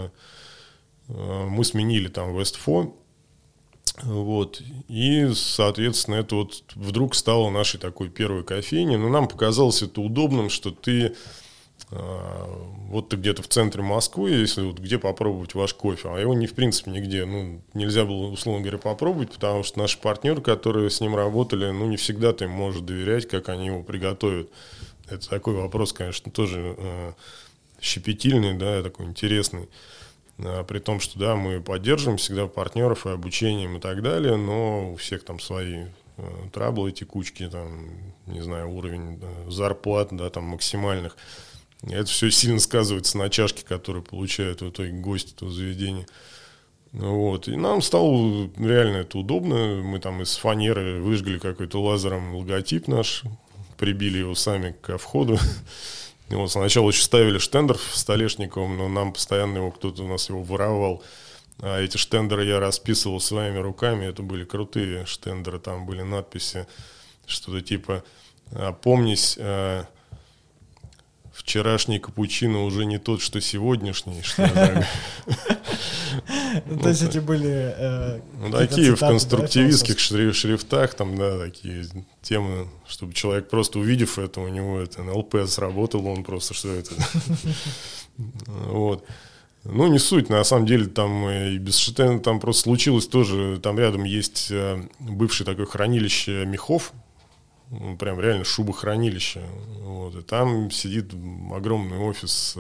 Мы сменили там Вестфо. Вот. И, соответственно, это вот вдруг стало нашей такой первой кофейней. Но нам показалось это удобным, что ты где-то в центре Москвы, если вот где попробовать ваш кофе, а его в принципе нигде, нельзя было, условно говоря, попробовать, потому что наши партнеры, которые с ним работали, не всегда ты им можешь доверять, как они его приготовят. Это такой вопрос, конечно, тоже щепетильный, да, такой интересный. При том, что, да, мы поддерживаем всегда партнеров и обучением и так далее, но у всех там свои траблы, текучки, там, не знаю, уровень зарплат, да, там, максимальных. И это все сильно сказывается на чашке, которую получают в итоге гости этого заведения. Вот. И нам стало реально это удобно. Мы там из фанеры выжгли какой-то лазером логотип наш, прибили его сами ко входу. И вот сначала еще ставили штендер в Столешниковом, но нам постоянно кто-то у нас его воровал. А эти штендеры я расписывал своими руками. Это были крутые штендеры, там были надписи, что-то типа «Помнись, вчерашний капучино уже не тот, что сегодняшний». То есть эти были... Такие в конструктивистских шрифтах, там, да, такие темы, чтобы человек просто увидев это, у него это НЛП сработало, он просто что это... Вот. Не суть, на самом деле, там и без Штена там просто случилось тоже, там рядом есть бывшее такое хранилище мехов, прям реально шубохранилище, вот, и там сидит огромный офис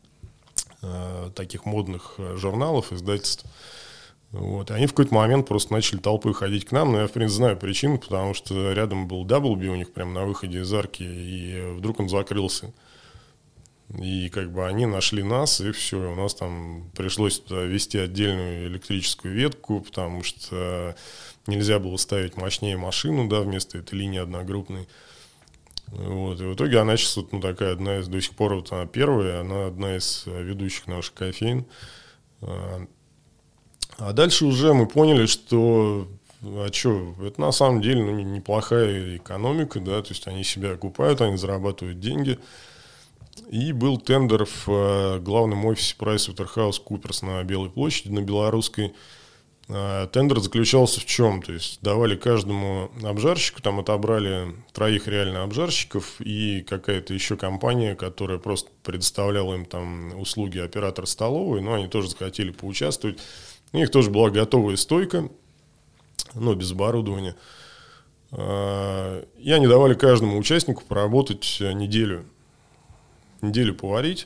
таких модных журналов, издательств. Вот. И они в какой-то момент просто начали толпой ходить к нам, но я, в принципе, знаю причину, потому что рядом был Даблби у них прямо на выходе из арки, и вдруг он закрылся. И как бы они нашли нас, и все, у нас там пришлось туда вести отдельную электрическую ветку, потому что нельзя было ставить мощнее машину, да, вместо этой линии одногруппной. Вот. И в итоге она сейчас вот, такая одна из, до сих пор вот она первая, она одна из ведущих наших кофеин. А дальше уже мы поняли, что это на самом деле неплохая экономика, да, то есть они себя окупают, они зарабатывают деньги. И был тендер в главном офисе PricewaterhouseCoopers на Белой площади, на Белорусской. Тендер заключался в чем? То есть давали каждому обжарщику, там отобрали 3 реально обжарщиков и какая-то еще компания, которая просто предоставляла им там услуги оператора столовой, но они тоже захотели поучаствовать. У них тоже была готовая стойка, но без оборудования. И они давали каждому участнику поработать неделю поварить.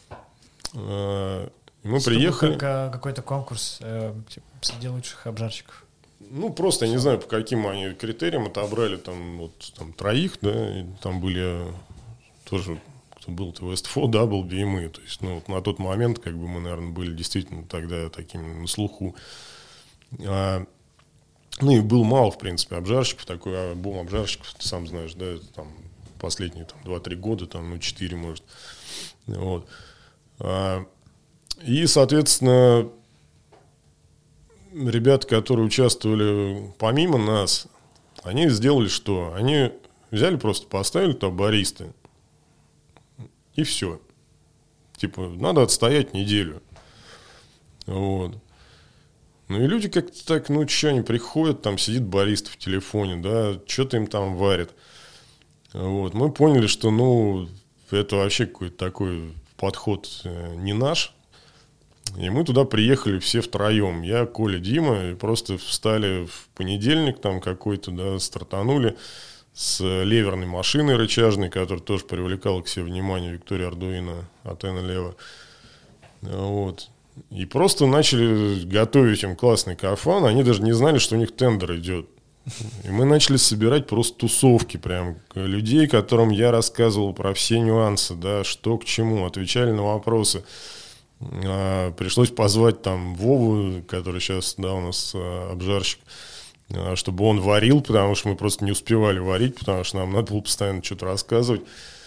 Мы приехали. Как какой-то конкурс среди лучших обжарщиков. Ну, просто я не знаю, по каким они критериям отобрали там троих, да, и там были тоже, кто был-то, West4, Даблби и мы. То есть, ну, на тот момент, как бы, мы, наверное, были действительно тогда такими на слуху. Ну, и было мало, в принципе, обжарщиков, такой бум обжарщиков, ты сам знаешь, да, это там последние там 2-3 года, там, ну, 4, может. Вот. И, соответственно, ребята, которые участвовали помимо нас, они сделали что? Они взяли, просто поставили туда баристы, и все. Типа, надо отстоять неделю. Вот. Ну и люди как-то так, ну что, они приходят, там сидит бариста в телефоне, да, что-то им там варят. Вот. Мы поняли, что, ну, это вообще какой-то такой подход не наш. И мы туда приехали все втроем. Я, Коля, Дима. И просто встали в понедельник там какой-то, да, стартанули с леверной машиной рычажной, которая тоже привлекала к себе внимание, Виктория Ардуино от Лева. Вот. И просто начали готовить им классный кафан. Они даже не знали, что у них тендер идет. И мы начали собирать просто тусовки прям людей, которым я рассказывал про все нюансы, да, что к чему, отвечали на вопросы. Пришлось позвать там Вову, который сейчас, да, у нас обжарщик, чтобы он варил, потому что мы просто не успевали варить, потому что нам надо было постоянно что-то рассказывать.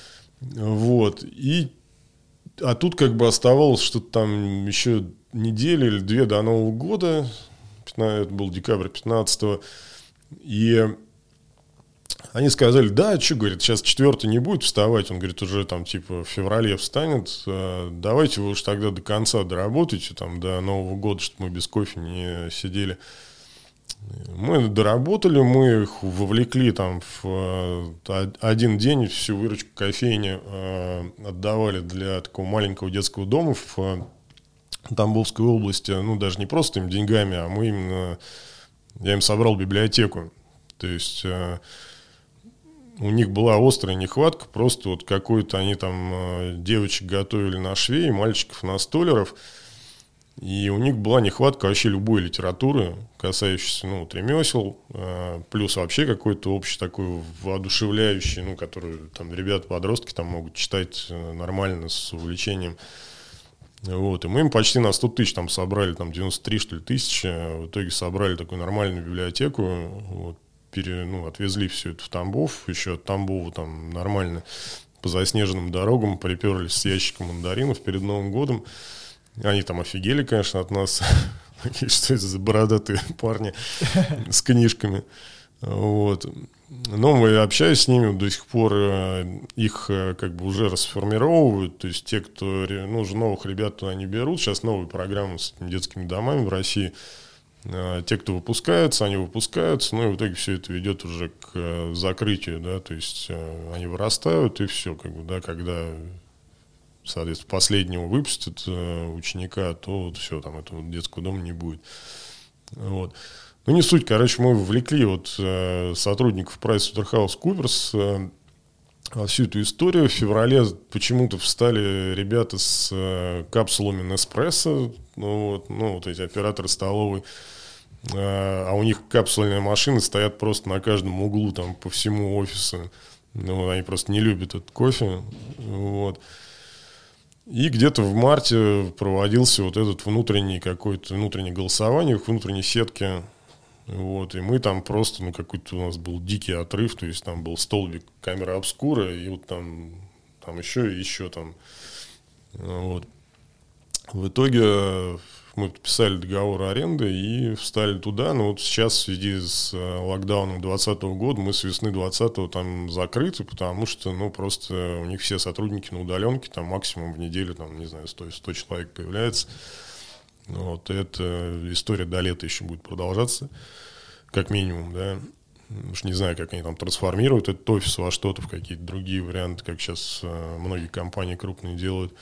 Вот. А тут как бы оставалось что-то там еще неделю или две до Нового года. Это был декабрь 15-го. И они сказали, да, что, говорит, сейчас 4-й не будет вставать. Он говорит, уже там типа в феврале встанет. Давайте вы уж тогда до конца доработайте, там, до Нового года, чтобы мы без кофе не сидели. Мы доработали, мы их вовлекли там в один день, всю выручку кофейни отдавали для такого маленького детского дома в Тамбовской области. Ну, даже не просто им деньгами, а мы именно... Я им собрал библиотеку. То есть у них была острая нехватка, просто вот какой-то они там девочек готовили на швей, мальчиков на столяров. И у них была нехватка вообще любой литературы, касающейся, ну, вот, ремесел, плюс вообще какой-то общий такой воодушевляющий, ну, который там ребята-подростки там могут читать нормально с увлечением. Вот, и мы им почти на 100 тысяч там собрали, там 93, что ли, тысячи. В итоге собрали такую нормальную библиотеку, вот, отвезли все это в Тамбов, еще от Тамбова там нормально по заснеженным дорогам приперлись с ящиком мандаринов перед Новым годом. Они там офигели, конечно, от нас. Что это за бородатые парни с книжками. Вот. Но мы, общаясь с ними, до сих пор их как бы уже расформировывают. То есть те, кто, ну, уже новых ребят туда не берут. Сейчас новые программы с этими детскими домами в России. Те, кто выпускаются, они выпускаются. Ну и в итоге все это ведет уже к закрытию. Да? То есть они вырастают, и все. Как бы, да, когда, соответственно, последнего выпустят ученика, то вот все, там этого детского дома не будет. Вот. Ну, не суть. Короче, мы вовлекли вот сотрудников PricewaterhouseCoopers во всю эту историю. В феврале почему-то встали ребята с капсулами Неспрессо, вот эти операторы столовой. А у них капсульные машины стоят просто на каждом углу, там, по всему офису. Ну, они просто не любят этот кофе. Вот. И где-то в марте проводился вот этот внутреннее голосование, их внутренней сетки. Вот, и мы там просто, ну, какой-то у нас был дикий отрыв, то есть там был столбик камеры обскура, и вот там еще там. Вот. В итоге мы подписали договор аренды и встали туда, но вот сейчас в связи с локдауном 2020 года мы с весны 2020 там закрыты, потому что, ну, просто у них все сотрудники на удаленке, там максимум в неделю, там, не знаю, 100 человек появляется. Вот, и эта история до лета еще будет продолжаться, как минимум, да. Уж не знаю, как они там трансформируют этот офис во что-то, в какие-то другие варианты, как сейчас многие компании крупные делают.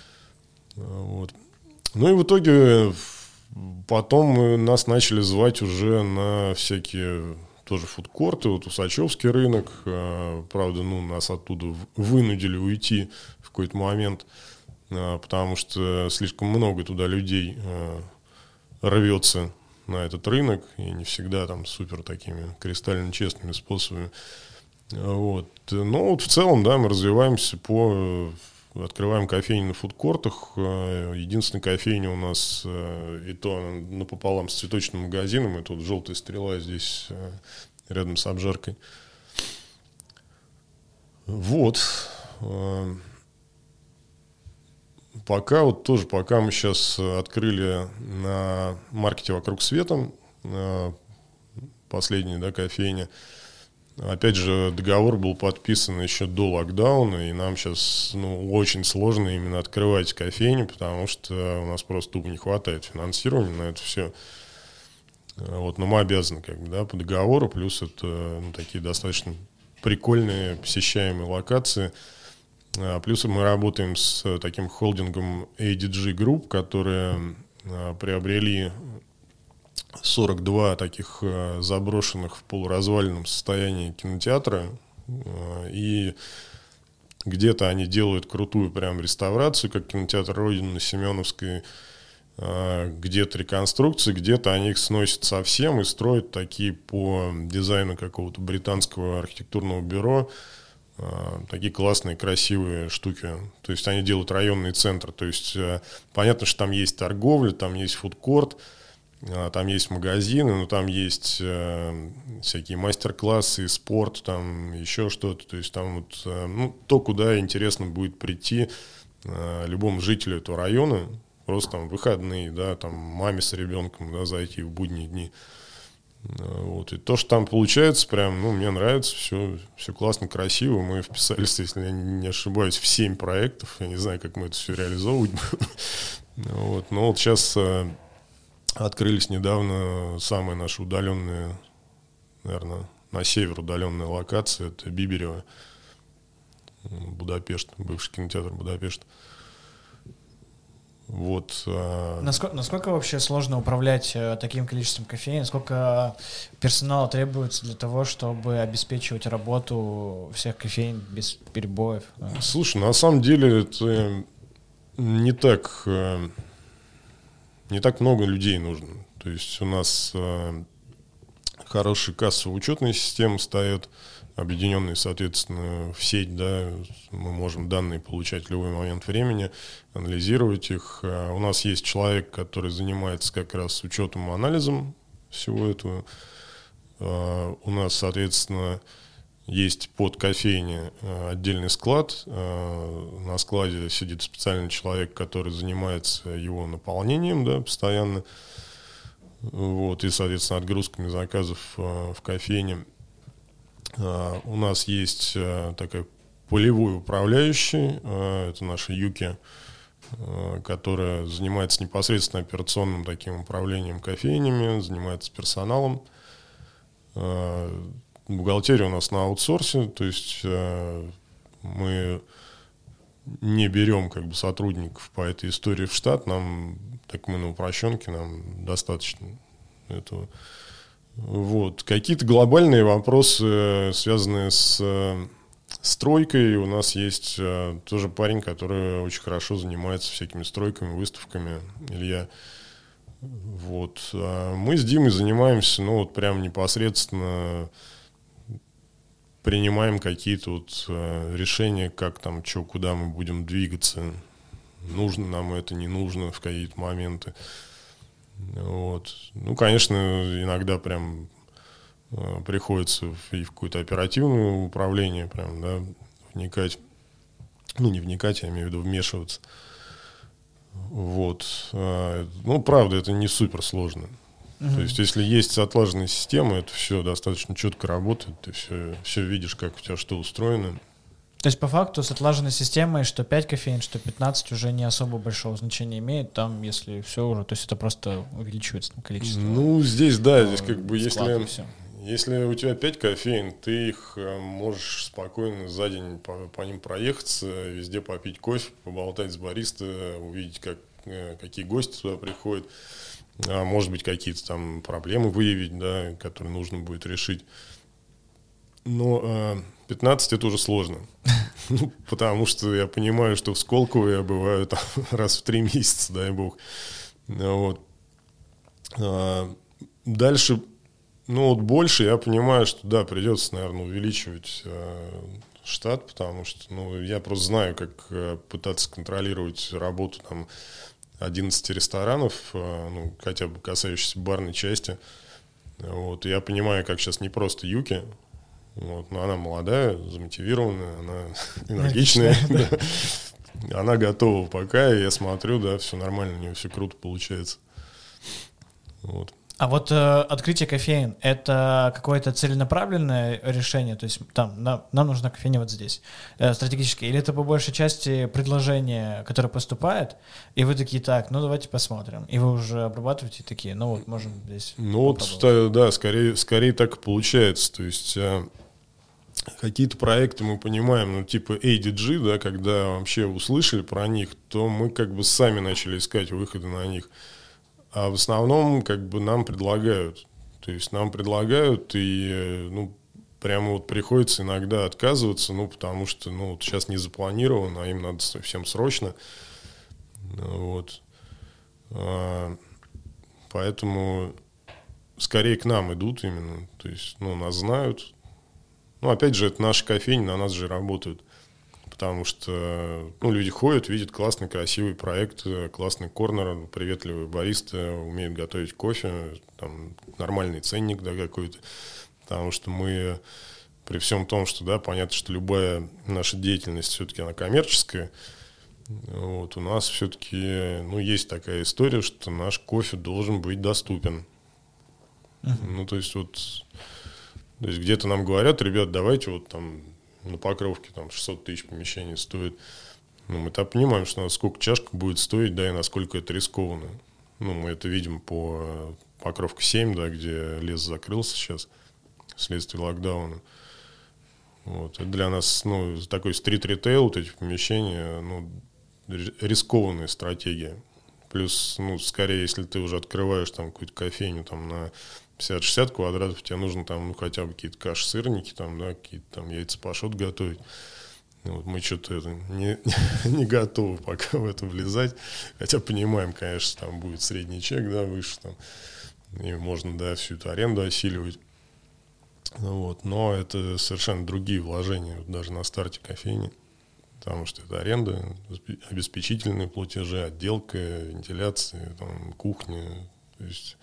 Вот. Ну и в итоге потом нас начали звать уже на всякие тоже фудкорты, вот Усачевский рынок, правда, нас оттуда вынудили уйти в какой-то момент, потому что слишком много туда людей рвется на этот рынок, и не всегда там супер такими кристально честными способами. Вот. Но вот в целом, да, мы развиваемся открываем кофейни на фудкортах. Единственная кофейня у нас, и то напополам с цветочным магазином, это вот «Желтая стрела» здесь рядом с обжаркой. Вот. Пока мы сейчас открыли на маркете «Вокруг света», последняя, да, кофейня. Опять же, договор был подписан еще до локдауна, и нам сейчас очень сложно именно открывать кофейни, потому что у нас просто тупо не хватает финансирования на это все. Вот, но мы обязаны по договору, плюс это такие достаточно прикольные посещаемые локации. Плюс мы работаем с таким холдингом ADG Group, которые приобрели 42 таких заброшенных в полуразваленном состоянии кинотеатра, и где-то они делают крутую прям реставрацию, как кинотеатр Родина на Семеновской, где-то реконструкции, где-то они их сносят совсем и строят такие по дизайну какого-то британского архитектурного бюро, такие классные, красивые штуки. То есть они делают районный центр, то есть понятно, что там есть торговля, там есть фудкорт, там есть магазины, но там есть всякие мастер-классы, спорт, там еще что-то. То есть там то, куда интересно будет прийти любому жителю этого района, просто там выходные, да, там маме с ребенком, да, зайти в будние дни. Вот. И то, что там получается, прям, мне нравится, все классно, красиво. Мы вписались, если я не ошибаюсь, в 7 проектов. Я не знаю, как мы это все реализовывать будем. Вот. Но вот сейчас открылись недавно самые наши удаленные, наверное, на север удаленная локация. Это Биберево, Будапешт, бывший кинотеатр Будапешт. Вот. Насколько вообще сложно управлять таким количеством кофеин? Сколько персонала требуется для того, чтобы обеспечивать работу всех кофеин без перебоев? Слушай, на самом деле это не так много людей нужно. То есть у нас хорошие кассово-учетные системы стоят, объединенные, соответственно, в сеть, да, мы можем данные получать в любой момент времени, анализировать их. У нас есть человек, который занимается как раз учетом и анализом всего этого. У нас, соответственно, есть под кофейней отдельный склад. На складе сидит специальный человек, который занимается его наполнением, да, постоянно. Вот, и, соответственно, отгрузками заказов в кофейне. У нас есть такой полевой управляющий, это наша Юки, которая занимается непосредственно операционным таким управлением кофейнями, занимается персоналом. Бухгалтерия у нас на аутсорсе, то есть мы не берем сотрудников по этой истории в штат, мы на упрощенке, нам достаточно этого. Вот. Какие-то глобальные вопросы, связанные с стройкой. У нас есть тоже парень, который очень хорошо занимается всякими стройками, выставками, Илья. Вот. Мы с Димой занимаемся, прям непосредственно принимаем какие-то решения, как там, что, куда мы будем двигаться. Нужно нам это, не нужно в какие-то моменты. Вот. Конечно, иногда прям приходится и в какое-то оперативное управление прям, да, вникать. Не вникать, я имею в виду вмешиваться. Вот. Правда, это не супер сложно. То есть, если есть отлаженная система, это все достаточно четко работает, ты все видишь, как у тебя что устроено. То есть, по факту, с отлаженной системой, что 5 кофеин, что 15, уже не особо большого значения имеет, там, если все уже, то есть это просто увеличивается количество. Здесь, да, здесь если у тебя 5 кофеин, ты их можешь спокойно за день по ним проехаться, везде попить кофе, поболтать с бариста, увидеть, какие гости туда приходят. может быть, какие-то там проблемы выявить, да, которые нужно будет решить. Но 15 это уже сложно. Потому что я понимаю, что в Сколково я бываю там раз в 3 месяца, дай бог. Вот. Дальше, больше я понимаю, что да, придется, наверное, увеличивать штат, потому что, я просто знаю, как пытаться контролировать работу там 11 ресторанов, хотя бы касающихся барной части. Вот. Я понимаю, как сейчас не просто Юки, но она молодая, замотивированная, она энергичная, да. Она готова пока, и я смотрю, да, все нормально, у нее все круто получается. Вот. А вот открытие кофеен — это какое-то целенаправленное решение? То есть там нам нужна кофейня вот здесь, стратегически? Или это по большей части предложение, которое поступает, и вы такие, так, давайте посмотрим. И вы уже обрабатываете такие, можем здесь да, скорее так и получается. То есть какие-то проекты мы понимаем, типа ADG, да, когда вообще услышали про них, то мы как бы сами начали искать выходы на них. А в основном как бы нам предлагают. То есть нам предлагают, и прямо приходится иногда отказываться, потому что сейчас не запланировано, а им надо всем срочно. Вот. Поэтому скорее к нам идут именно. То есть нас знают. Опять же, это наши кофейни, на нас же работают. Потому что люди ходят, видят классный, красивый проект, классный корнер, приветливые баристы, умеют готовить кофе, там нормальный ценник, да, какой-то. Потому что мы, при всем том, что, да, понятно, что любая наша деятельность все-таки она коммерческая, у нас все-таки, есть такая история, что наш кофе должен быть доступен. То есть где-то нам говорят, ребят, давайте на Покровке там 600 тысяч помещений стоит. Мы-то понимаем, что сколько чашка будет стоить, да, и насколько это рискованно. Мы это видим по Покровке 7, да, где лес закрылся сейчас вследствие локдауна. Вот. Это для нас, такой стрит-ритейл, вот эти помещения, рискованная стратегия. Плюс, скорее, если ты уже открываешь там какую-то кофейню там на 50-60 квадратов, тебе нужно там, хотя бы какие-то каши-сырники, там, да, какие-то там яйца пашот готовить. Мы что-то не готовы пока в это влезать. Хотя понимаем, конечно, там будет средний чек, да, выше там. И можно, да, всю эту аренду осиливать. Но это совершенно другие вложения, даже на старте кофейни. Потому что это аренда, обеспечительные платежи, отделка, вентиляция, там, кухня. То есть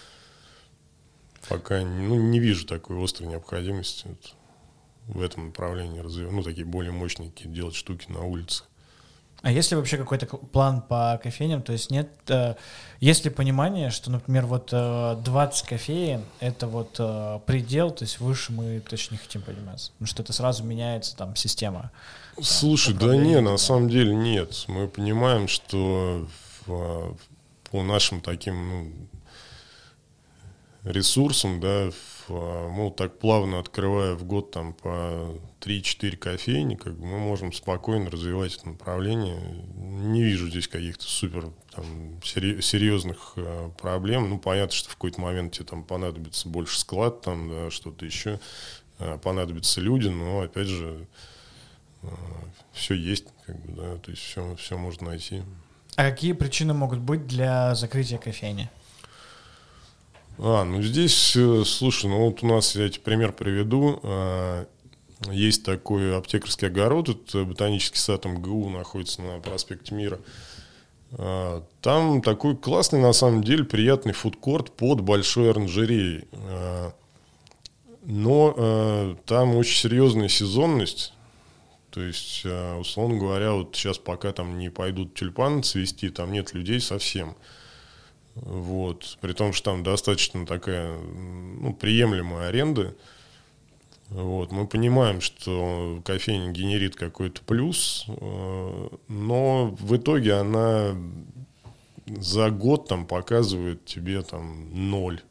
пока не вижу такой острой необходимости в этом направлении развивать, такие более мощные делать штуки на улице. А есть ли вообще какой-то план по кофейням? То есть нет, есть ли понимание, что, например, 20 кофеен — это предел, то есть выше мы точно не хотим подниматься? Потому что это сразу меняется там система. Слушай, да не, на самом деле нет. Мы понимаем, что по нашим таким ресурсам, да, мы так плавно открывая в год там по 3-4 кофейни, мы можем спокойно развивать это направление. Не вижу здесь каких-то супер серьезных проблем. Понятно, что в какой-то момент тебе там понадобится больше склад, там, да, что-то еще, понадобятся люди, но опять же все есть, да, то есть все можно найти. А какие причины могут быть для закрытия кофейни? Здесь, слушай, у нас, я тебе пример приведу. Есть такой аптекарский огород, это ботанический сад МГУ, находится на проспекте Мира. Там такой классный, на самом деле, приятный фудкорт под большой оранжереей. Но там очень серьезная сезонность. То есть, условно говоря, сейчас пока там не пойдут тюльпаны цвести, там нет людей совсем. При том, что там достаточно такая приемлемая аренда. Мы понимаем, что кофейня генерит какой-то плюс, но в итоге она за год там показывает тебе там 0.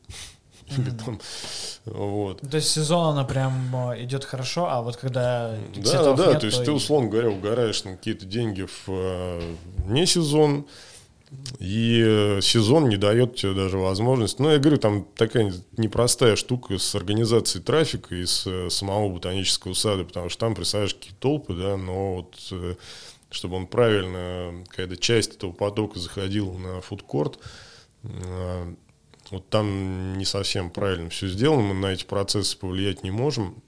То есть сезон она прям идет хорошо, а когда цветов нет, то есть ты, условно говоря, угораешь на какие-то деньги в не сезон, И сезон не дает тебе даже возможность. Ну, я говорю, там такая непростая штука с организацией трафика и с самого ботанического сада, потому что там, представляешь, какие толпы, да, но вот чтобы он правильно, какая-то часть этого потока заходил на фудкорт, вот там не совсем правильно все сделано, мы на эти процессы повлиять не можем.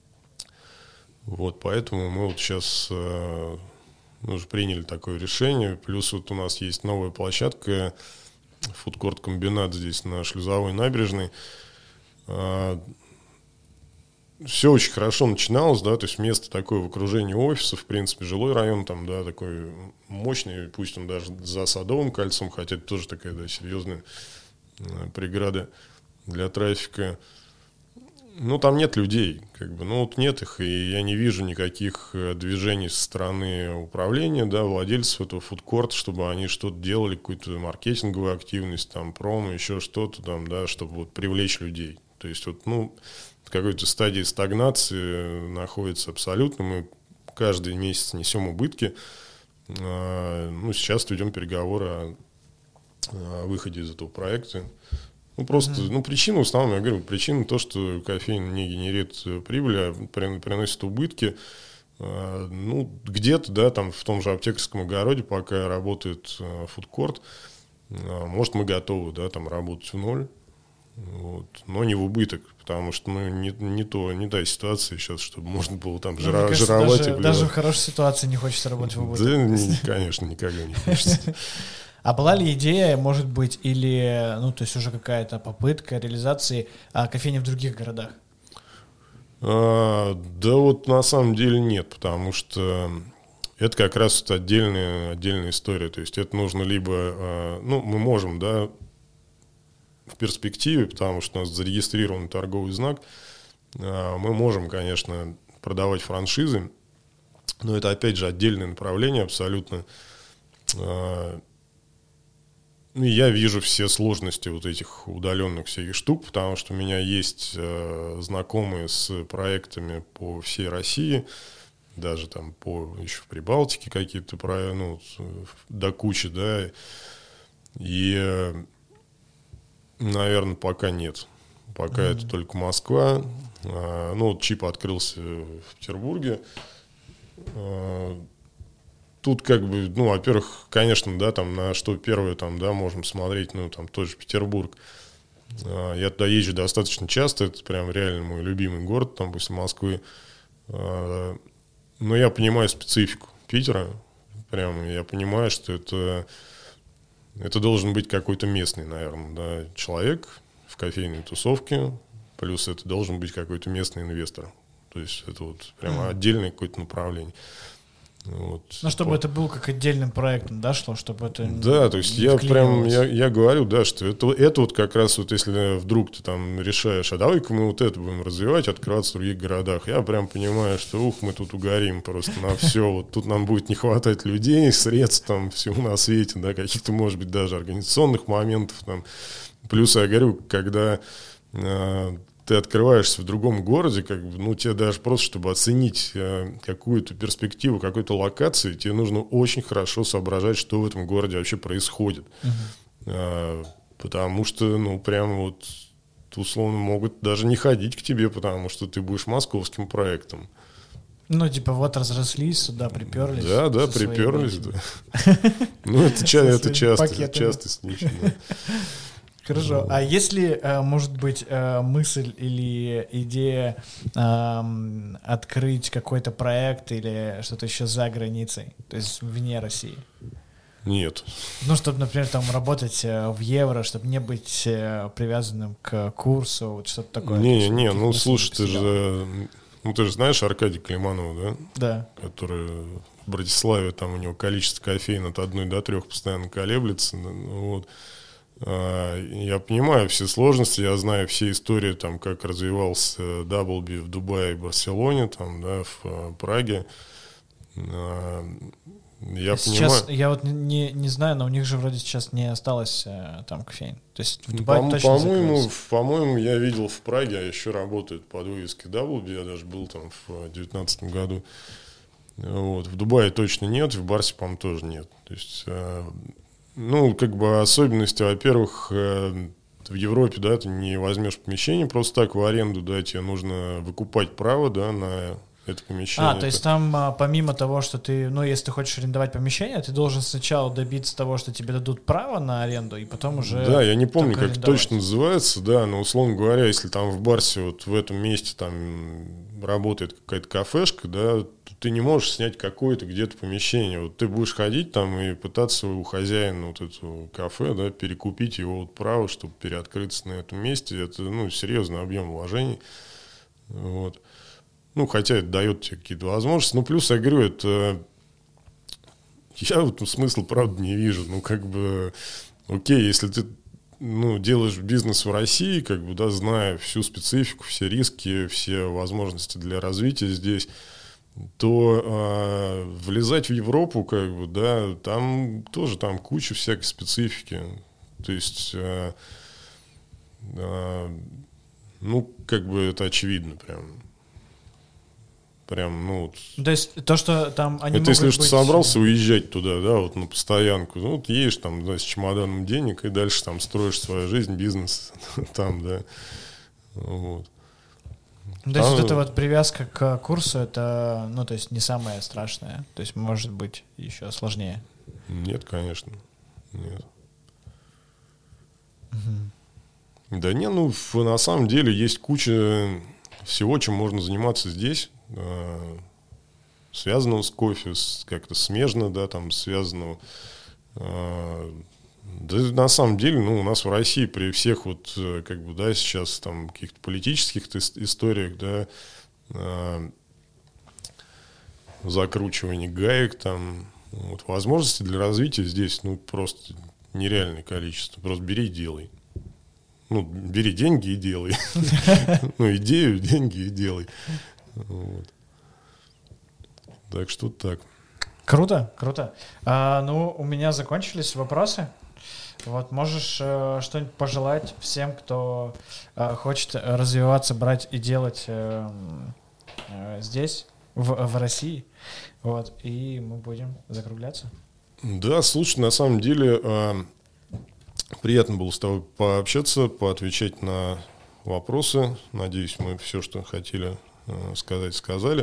Вот, поэтому мы вот сейчас мы уже приняли такое решение. Плюс вот у нас есть новая площадка, фудкорт-комбинат здесь на Шлюзовой набережной. Все очень хорошо начиналось, да, то есть место такое в окружении офисов, в принципе, жилой район там, да, такой мощный, пусть он даже за Садовым кольцом, хотя это тоже такая, да, серьезная преграда для трафика. Ну, там нет людей, как бы, ну, вот нет их, и я не вижу никаких движений со стороны управления, да, владельцев этого фудкорта, чтобы они что-то делали, какую-то маркетинговую активность, там, промо, еще что-то там, да, чтобы вот привлечь людей. То есть, вот, ну, в какой-то стадии стагнации находится абсолютно. Мы каждый месяц несем убытки. Ну, сейчас ведем переговоры о выходе из этого проекта. Ну, просто, ну, причина, в основном, я говорю, причина то, что кофейня не генерит прибыли, а приносит убытки. Ну, где-то, да, там в том же Аптекарском огороде, пока работает фудкорт, может, мы готовы, да, там работать в ноль, вот, но не в убыток, потому что, ну, не та ситуация сейчас, чтобы можно было там жировать даже в хорошей ситуации не хочется работать в убыток. Да, конечно, никогда не хочется. А была ли идея, может быть, или, ну, то есть уже какая-то попытка реализации кофейни в других городах? Да вот на самом деле нет, потому что это как раз вот отдельная история. То есть это нужно либо, ну, мы можем, да, в перспективе, потому что у нас зарегистрирован торговый знак, мы можем, конечно, продавать франшизы, но это, опять же, отдельное направление абсолютно. Ну, я вижу все сложности вот этих удаленных всяких штук, потому что у меня есть знакомые с проектами по всей России, даже там еще в Прибалтике какие-то, ну, до кучи, да, и, наверное, пока нет. Пока это только Москва. Ну, вот ЧИП открылся в Петербурге. Тут как бы, ну, во-первых, конечно, да, там на что первое, там, да, можем смотреть, ну, там, тот же Петербург. Я туда езжу достаточно часто, это прям реально мой любимый город, там, после Москвы. Но я понимаю специфику Питера, прям я понимаю, что это должен быть какой-то местный, наверное, да, человек в кофейной тусовке, плюс это должен быть какой-то местный инвестор. То есть это вот прям отдельное какое-то направление. Вот. Ну, чтобы это было как отдельным проектом, да, шло, чтобы это да, то есть я прям, я говорю, да, что это вот как раз вот если вдруг ты там решаешь, а давай-ка мы вот это будем развивать, открываться в других городах, я прям понимаю, что мы тут угорим просто на все, вот тут нам будет не хватать людей, средств там всего на свете, да, каких-то, может быть, даже организационных моментов там. Плюс я говорю, когда ты открываешься в другом городе, как бы, ну, тебе даже просто, чтобы оценить какую-то перспективу какой-то локации, тебе нужно очень хорошо соображать, что в этом городе вообще происходит. Потому что, ну, прям вот, условно, могут даже не ходить к тебе, потому что ты будешь московским проектом. Ну, типа, вот разрослись, сюда приперлись. Да, приперлись, да. Ну, это часто случай. Хорошо. А если, может быть, мысль или идея открыть какой-то проект или что-то еще за границей, то есть вне России? Нет. Ну, чтобы, например, там работать в евро, чтобы не быть привязанным к курсу, вот что-то такое. Не, ну, слушай, ты же знаешь Аркадия Климанова, да? Да. Который в Братиславе, там у него количество кофеин от 1 до 3 постоянно колеблется, вот. Я понимаю все сложности, я знаю все истории, там, как развивался Даблби в Дубае и Барселоне, там, да, в Праге. Я сейчас, понимаю. я вот не знаю, но у них же вроде сейчас не осталось там кофеин. То есть в Дубае точно закрылся. По-моему, я видел в Праге, а еще работают под вывеской Даблби, я даже был там в 2019 году. Вот. В Дубае точно нет, в Барсе, по-моему, тоже нет. То есть Ну, как бы особенности, во-первых, в Европе, да, ты не возьмешь помещение просто так в аренду, да, тебе нужно выкупать право, да, на это помещение. То есть там помимо того, что ты, ну, если ты хочешь арендовать помещение, ты должен сначала добиться того, что тебе дадут право на аренду, и потом уже... Да, я не помню, как это арендовать. точно называется, да, но, условно говоря, если там в Барсе вот в этом месте там работает какая-то кафешка, да, то ты не можешь снять какое-то где-то помещение. Вот ты будешь ходить там и пытаться у хозяина вот этого кафе, да, перекупить его вот право, чтобы переоткрыться на этом месте. Это, ну, серьезный объем вложений. Вот. Ну, хотя это дает тебе какие-то возможности. Ну, плюс, я говорю, это... Я в этом смысла, правда, не вижу. Ну, как бы... Окей, если ты, ну, делаешь бизнес в России, как бы, да, зная всю специфику, все риски, все возможности для развития здесь, то влезать в Европу, как бы, да, там тоже там куча всякой специфики. То есть, ну, как бы это очевидно прям, ну... То есть то, что там они это если могут что быть... собрался уезжать туда, да, вот на постоянку, ну, вот едешь там, да, с чемоданом денег и дальше там строишь свою жизнь, бизнес там, да, вот. То есть вот эта вот привязка к курсу, это, ну, то есть не самое страшное, то есть может быть еще сложнее. Нет, конечно, нет. Да не, ну, на самом деле есть куча всего, чем можно заниматься здесь, связанного с кофе, как-то смежно, да, там, связанного. Да, на самом деле, ну, у нас в России при всех вот, как бы, да, сейчас там каких-то политических историях, да, закручивание гаек, там, вот, возможностей для развития здесь, ну, просто нереальное количество. Просто бери и делай. Ну, бери деньги и делай. Ну, идею, деньги и делай. Так что так. Круто, круто. Ну, у меня закончились вопросы. Вот, можешь что-нибудь пожелать всем, кто хочет развиваться, брать и делать здесь, в России. Вот, и мы будем закругляться. Да, слушай, на самом деле приятно было с тобой пообщаться, поотвечать на вопросы. Надеюсь, мы все, что хотели сказать, сказали.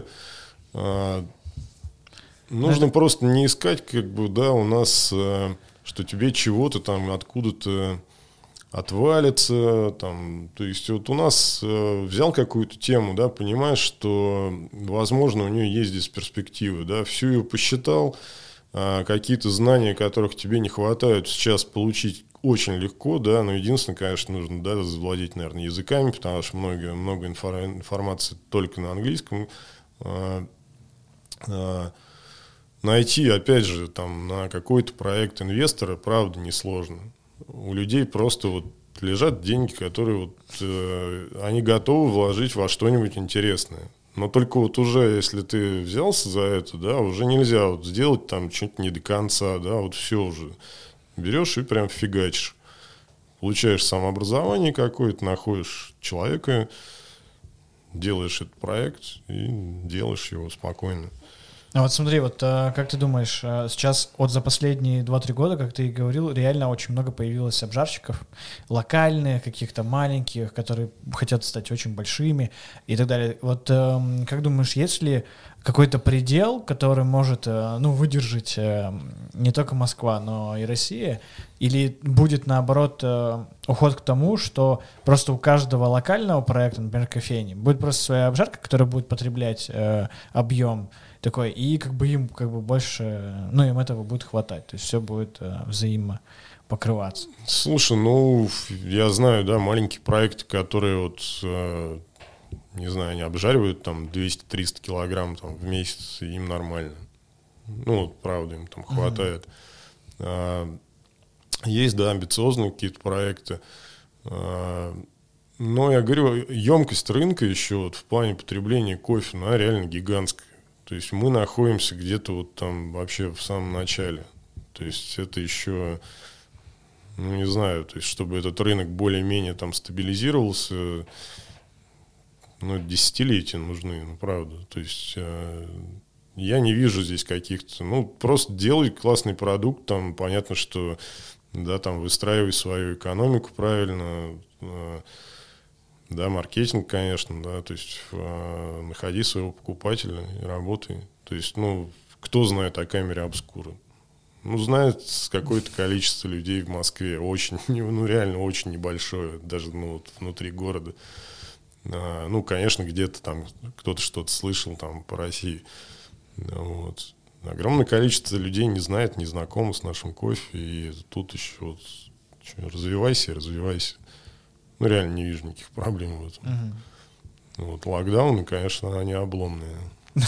Нужно просто не искать, как бы, да, у нас, что тебе чего-то там откуда-то отвалится, там, то есть вот у нас взял какую-то тему, да, понимаешь, что, возможно, у нее есть здесь перспективы, да, всю ее посчитал, какие-то знания, которых тебе не хватает, сейчас получить очень легко, да, но единственное, конечно, нужно, да, завладеть, наверное, языками, потому что много информации только на английском. Найти, опять же, там, на какой-то проект инвестора, правда, несложно. У людей просто вот лежат деньги, которые вот, они готовы вложить во что-нибудь интересное. Но только вот уже, если ты взялся за это, да, уже нельзя вот сделать там что-нибудь не до конца, да, вот все уже. Берешь и прям фигачишь. Получаешь самообразование какое-то, находишь человека, делаешь этот проект и делаешь его спокойно. А вот смотри, вот как ты думаешь, сейчас вот за последние 2-3 года, как ты и говорил, реально очень много появилось обжарщиков, локальных, каких-то маленьких, которые хотят стать очень большими и так далее. Вот как думаешь, есть ли какой-то предел, который может, ну, выдержать не только Москва, но и Россия, или будет, наоборот, уход к тому, что просто у каждого локального проекта, например, кофейни, будет просто своя обжарка, которая будет потреблять объем такой, и как бы им как бы больше, ну, им этого будет хватать, то есть все будет взаимопокрываться. Слушай, ну, я знаю, да, маленькие проекты, которые вот, не знаю, они обжаривают там 200-300 килограмм там, в месяц, и им нормально. Ну, вот, правда, им там хватает. Есть, да, амбициозные какие-то проекты. Но я говорю, емкость рынка еще вот в плане потребления кофе, она реально гигантская. То есть мы находимся где-то вот там вообще в самом начале. То есть это еще, ну, не знаю, то есть чтобы этот рынок более-менее там стабилизировался, ну, десятилетия нужны, ну, правда. То есть я не вижу здесь каких-то... Ну, просто делай классный продукт, там понятно, что, да, там выстраивай свою экономику правильно, да, маркетинг, конечно, да, то есть находи своего покупателя и работай. То есть, ну, кто знает о камере Obscura? Ну, знает какое-то количество людей в Москве, очень, ну, реально очень небольшое, даже, ну, вот внутри города. Ну, конечно, где-то там кто-то что-то слышал там по России. Вот. Огромное количество людей не знает, не знакомо с нашим кофе, и тут еще вот, развивайся, развивайся. Ну, реально не вижу никаких проблем в этом. Вот, локдауны, конечно, они обломные.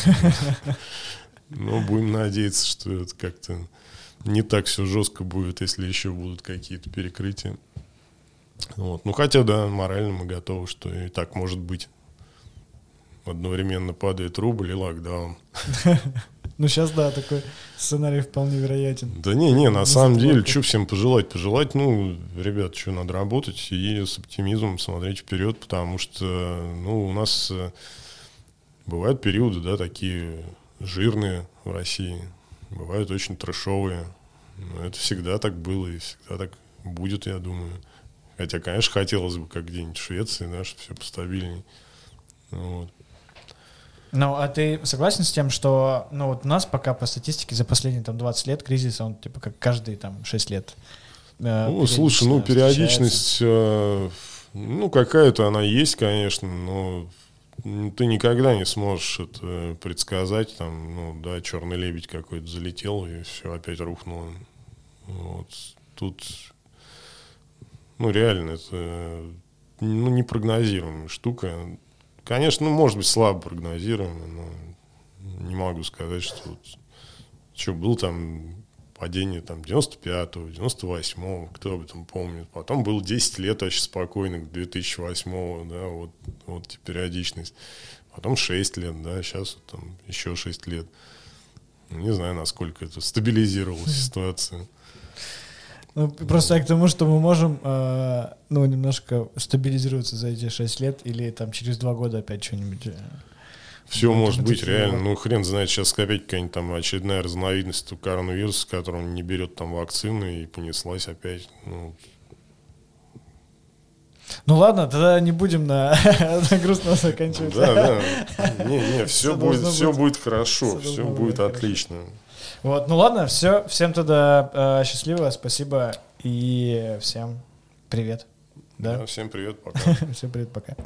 Но будем надеяться, что это как-то не так все жестко будет, если еще будут какие-то перекрытия. Вот. Ну, хотя, да, морально мы готовы, что и так может быть. Одновременно падает рубль и локдаун. Ну, сейчас, да, такой сценарий вполне вероятен. Да не, на самом деле, что всем пожелать? Пожелать, ну, ребят, что надо работать и с оптимизмом смотреть вперед, потому что, ну, у нас бывают периоды, да, такие жирные в России, бывают очень трэшовые. Но это всегда так было и всегда так будет, я думаю. Хотя, конечно, хотелось бы, как где-нибудь в Швеции, да, чтобы все постабильней. Вот. Ну, а ты согласен с тем, что, ну, вот у нас пока по статистике за последние там 20 лет кризис, он типа как каждые там 6 лет? Ну, слушай, ну, периодичность, ну, какая-то она есть, конечно, но ты никогда не сможешь это предсказать, там, ну, да, черный лебедь какой-то залетел, и все опять рухнуло. Вот. Тут, ну, реально, это, ну, непрогнозируемая штука. Конечно, ну, может быть, слабо прогнозируемая, но не могу сказать, что вот, что был там падение там 95-го, 98-го, кто об этом помнит. Потом было 10 лет вообще спокойных, 2008-го, да, вот периодичность. Потом 6 лет, да, сейчас вот, там еще 6 лет. Не знаю, насколько это стабилизировалась ситуация. Ну, просто я к тому, что мы можем, ну, немножко стабилизироваться за эти 6 лет или там через 2 года опять что-нибудь... Все может быть, реально. Ну, хрен знает, сейчас опять какая-нибудь там очередная разновидность коронавируса, которая не берет там вакцины и понеслась опять. Ну ладно, тогда не будем на грустно заканчивать. Да. Не, все будет хорошо, все будет отлично. Вот, ну ладно, все, всем тогда счастливо, спасибо и всем привет. Да, всем привет, пока. Всем привет, пока.